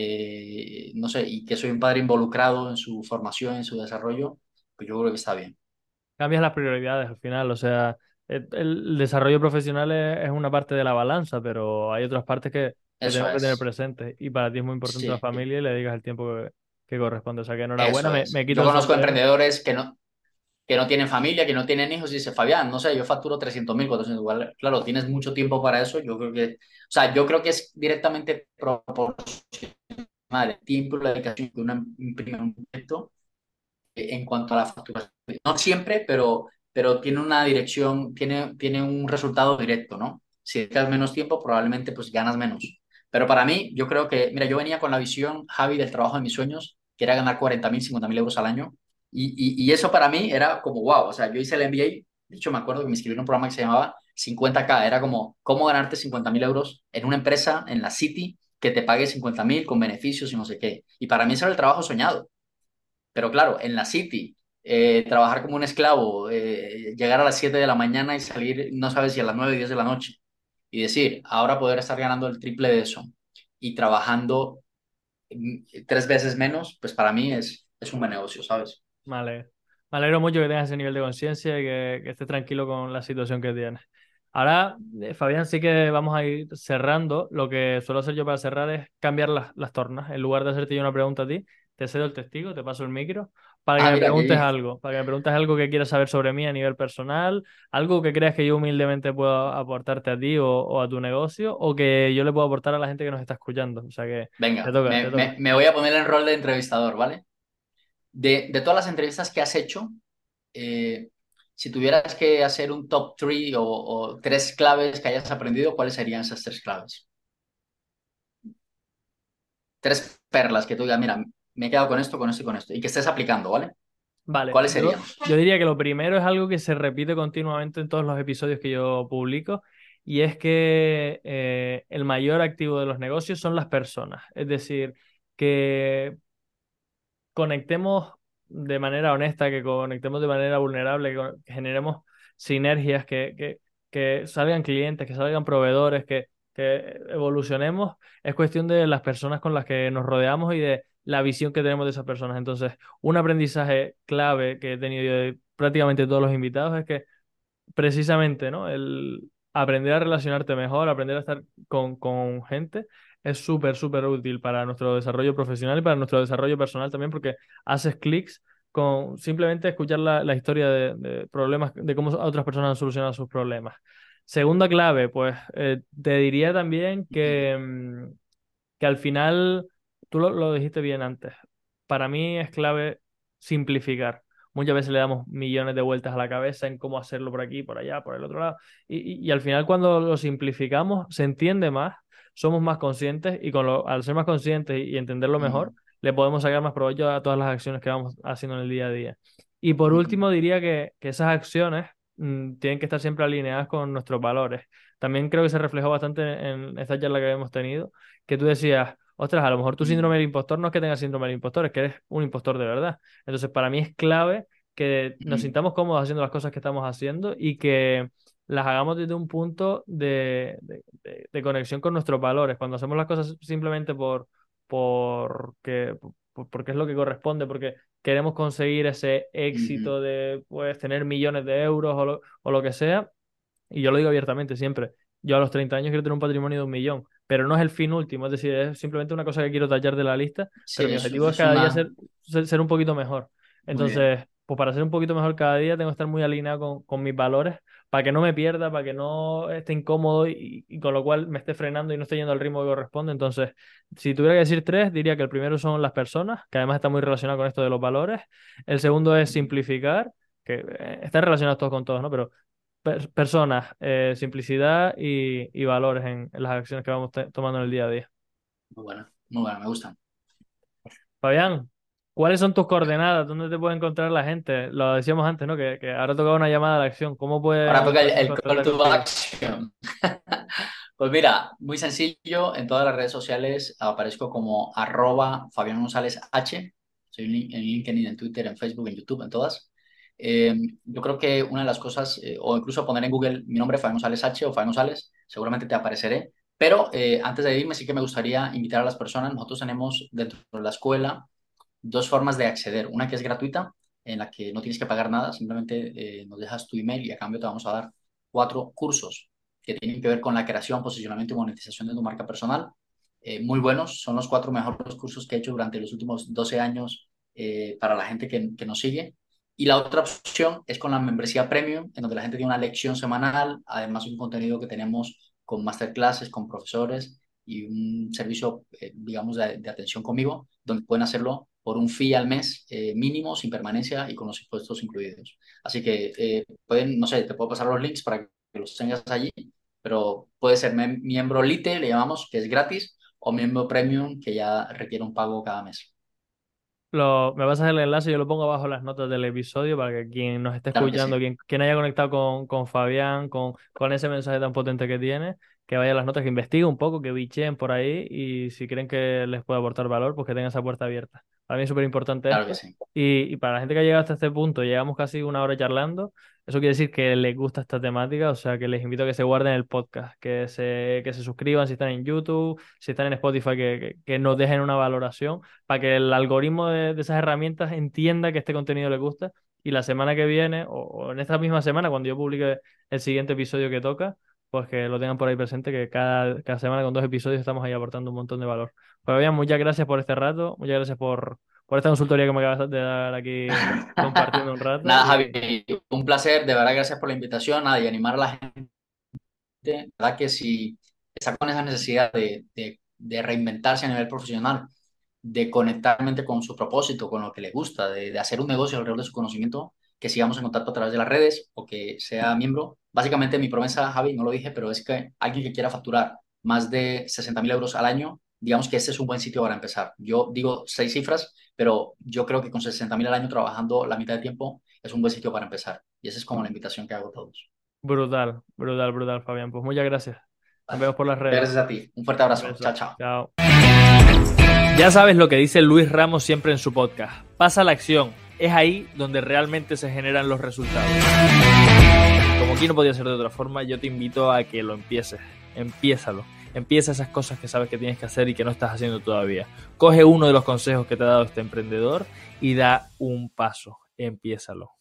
no sé, y que soy un padre involucrado en su formación, en su desarrollo, pues yo creo que está bien. Cambias las prioridades al final, o sea, el desarrollo profesional es una parte de la balanza, pero hay otras partes que Eso tenemos que tener es. presentes y para ti es muy importante la Sí, familia y le digas el tiempo que corresponde. O sea, que enhorabuena, eso me es. quito Yo el conozco sombrero. emprendedores que no tienen familia, que no tienen hijos, y dice, Fabián, no sé, yo facturo 300.000, 400 igual. Claro, tienes mucho tiempo para eso. Yo creo que es directamente proporcional el tiempo y la dedicación que uno imprime en un proyecto en cuanto a la facturación. No siempre, pero tiene una dirección, tiene un resultado directo, ¿no? Si dedicas menos tiempo, probablemente pues ganas menos. Pero para mí, yo creo que, mira, yo venía con la visión, Javi, del trabajo de mis sueños, que era ganar 40.000, 50.000 euros al año. Y eso para mí era como, wow, o sea, yo hice el MBA, de hecho me acuerdo que me inscribí en un programa que se llamaba 50K, era como, ¿cómo ganarte 50.000 euros en una empresa, en la City, que te pague 50.000 con beneficios y no sé qué? Y para mí ese era el trabajo soñado. Pero claro, en la City, trabajar como un esclavo, llegar a las 7 de la mañana y salir, no sabes si a las 9 o 10 de la noche, y decir, ahora poder estar ganando el triple de eso. y trabajando 3 veces menos, pues para mí es un buen negocio, ¿sabes? Vale. Me alegro mucho que tengas ese nivel de conciencia y que estés tranquilo con la situación que tienes. Ahora, Fabián, sí que vamos a ir cerrando. Lo que suelo hacer yo para cerrar es cambiar las tornas. En lugar de hacerte yo una pregunta a ti, te cedo el testigo, te paso el micro, para que Ah, me mira, qué preguntes bien. algo, para que me preguntes algo que quieras saber sobre mí a nivel personal, algo que creas que yo humildemente puedo aportarte a ti o a tu negocio, o que yo le puedo aportar a la gente que nos está escuchando. O sea que te Venga, toca, me, te me, toca. me voy a poner en rol de entrevistador, ¿vale? De todas las entrevistas que has hecho, eh, si tuvieras que hacer un top 3 o 3 claves que hayas aprendido, ¿cuáles serían esas 3 claves? 3 perlas que tú digas, mira, me he quedado con esto, con esto y con esto, y que estés aplicando, ¿vale? Vale, ¿Cuáles serían? yo diría que lo primero es algo que se repite continuamente en todos los episodios que yo publico y es que el mayor activo de los negocios son las personas. Es decir, que conectemos de manera honesta, que conectemos de manera vulnerable, que generemos sinergias, que salgan clientes, que salgan proveedores, que evolucionemos. Es cuestión de las personas con las que nos rodeamos y de la visión que tenemos de esas personas. Entonces, un aprendizaje clave que he tenido yo de prácticamente todos los invitados es que precisamente, ¿no? El aprender a relacionarte mejor, aprender a estar con gente, es súper, súper útil para nuestro desarrollo profesional y para nuestro desarrollo personal también, porque haces clics con simplemente escuchar la historia de problemas, de cómo otras personas han solucionado sus problemas. Segunda clave, pues te diría también que al final, tú lo dijiste bien antes, para mí es clave simplificar. Muchas veces le damos millones de vueltas a la cabeza en cómo hacerlo por aquí, por allá, por el otro lado. Y al final cuando lo simplificamos se entiende más, somos más conscientes y al ser más conscientes y entenderlo mejor, Ujú, le podemos sacar más provecho a todas las acciones que vamos haciendo en el día a día. Y por ujú, último diría que esas acciones tienen que estar siempre alineadas con nuestros valores. También creo que se reflejó bastante en esta charla que habíamos tenido que tú decías, ostras, a lo mejor tu ujú, síndrome del impostor no es que tengas síndrome del impostor, es que eres un impostor de verdad. Entonces, para mí es clave que nos ujú, sintamos cómodos haciendo las cosas que estamos haciendo y que las hagamos desde un punto de conexión con nuestros valores. Cuando hacemos las cosas simplemente porque es lo que corresponde, porque queremos conseguir ese ujú. éxito de pues, tener millones de euros o lo que sea, y yo lo digo abiertamente siempre. Yo a los 30 años quiero tener un patrimonio de 1 millón, pero no es el fin último, es decir, es simplemente una cosa que quiero tallar de la lista, Sí, pero mi objetivo es es cada día una... ser un poquito mejor. Muy bien. Entonces, pues para ser un poquito mejor cada día tengo que estar muy alineado con mis valores, para que no me pierda, para que no esté incómodo y con lo cual me esté frenando y no esté yendo al ritmo que corresponde. Entonces, si tuviera que decir tres, diría que el primero son las personas, que además está muy relacionado con esto de los valores. El segundo es Ujú. simplificar, que están relacionados todos con todos, ¿no? Pero personas, simplicidad y valores en las acciones que vamos tomando en el día a día. Muy buena, me gustan. Fabián, ¿cuáles son tus coordenadas? ¿Dónde te puede encontrar la gente? Lo decíamos antes, ¿no? Que ahora toca una llamada a la acción. ¿Cómo Ahora pueden las toca el, personas el call contactar to contigo? action. Pues mira, muy sencillo, en todas las redes sociales aparezco como @Fabián González H. Soy en LinkedIn, en Twitter, en Facebook, en YouTube, en todas. Yo creo que una de las cosas, o incluso poner en Google mi nombre, Fabián González H o Fabián González, seguramente te apareceré. Pero antes de irme, sí que me gustaría invitar a las personas. Nosotros tenemos dentro de la escuela 2 formas de acceder. Una que es gratuita, en la que no tienes que pagar nada, simplemente nos dejas tu email y a cambio te vamos a dar 4 cursos que tienen que ver con la creación, posicionamiento y monetización de tu marca personal. Muy buenos, son los 4 mejores cursos que he hecho durante los últimos 12 años para la gente que nos sigue. Y la otra opción es con la membresía premium, en donde la gente tiene una lección semanal, además un contenido que tenemos con masterclasses, con profesores y un servicio, digamos, de atención conmigo, donde pueden hacerlo por un fee al mes mínimo, sin permanencia y con los impuestos incluidos. Así que pueden, no sé, te puedo pasar los links para que los tengas allí, pero puede ser miembro Lite, le llamamos, que es gratis, o miembro Premium, que ya requiere un pago cada mes. Me pasas el enlace, yo lo pongo abajo en las notas del episodio para que quien nos esté Claro que escuchando, sí, quien haya conectado con Fabián, con ese mensaje tan potente que tiene, que vaya a las notas, que investigue un poco, que bicheen por ahí y si creen que les puede aportar valor, pues que tengan esa puerta abierta. Para mí es súper importante claro que esto. sí. Y para la gente que ha llegado hasta este punto, llevamos casi 1 hora charlando. Eso quiere decir que les gusta esta temática, o sea que les invito a que se guarden el podcast, que se suscriban si están en YouTube, si están en Spotify, que nos dejen una valoración para que el algoritmo de esas herramientas entienda que este contenido les gusta y la semana que viene o en esta misma semana, cuando yo publique el siguiente episodio que toca, pues que lo tengan por ahí presente, que cada semana con 2 episodios estamos ahí aportando un montón de valor. Pues bien, muchas gracias por este rato, muchas gracias por esta consultoría que me acabas de dar aquí compartiendo un rato Nada, y Javi, un placer, de verdad, gracias por la invitación, nada, y animar a la gente, de verdad que si está con esa necesidad de reinventarse a nivel profesional, de conectar mente con su propósito, con lo que le gusta, de hacer un negocio alrededor de su conocimiento, que sigamos en contacto a través de las redes o que sea miembro. Básicamente mi promesa, Javi, no lo dije, pero es que alguien que quiera facturar más de 60.000 euros al año, digamos que este es un buen sitio para empezar. Yo digo 6 cifras, pero yo creo que con 60.000 al año trabajando la mitad de tiempo es un buen sitio para empezar. Y esa es como la invitación que hago a todos. brutal, brutal, brutal, Fabián. Pues muchas gracias. Nos Vale. vemos por las redes. Gracias a ti. Un fuerte Un abrazo. Chao, beso. chao. Chao. Ya sabes lo que dice Luis Ramos siempre en su podcast. Pasa la acción. Es ahí donde realmente se generan los resultados. Como aquí no podía ser de otra forma, yo te invito a que lo empieces. Empiézalo. Empieza esas cosas que sabes que tienes que hacer y que no estás haciendo todavía. Coge uno de los consejos que te ha dado este emprendedor y da un paso. Empiézalo.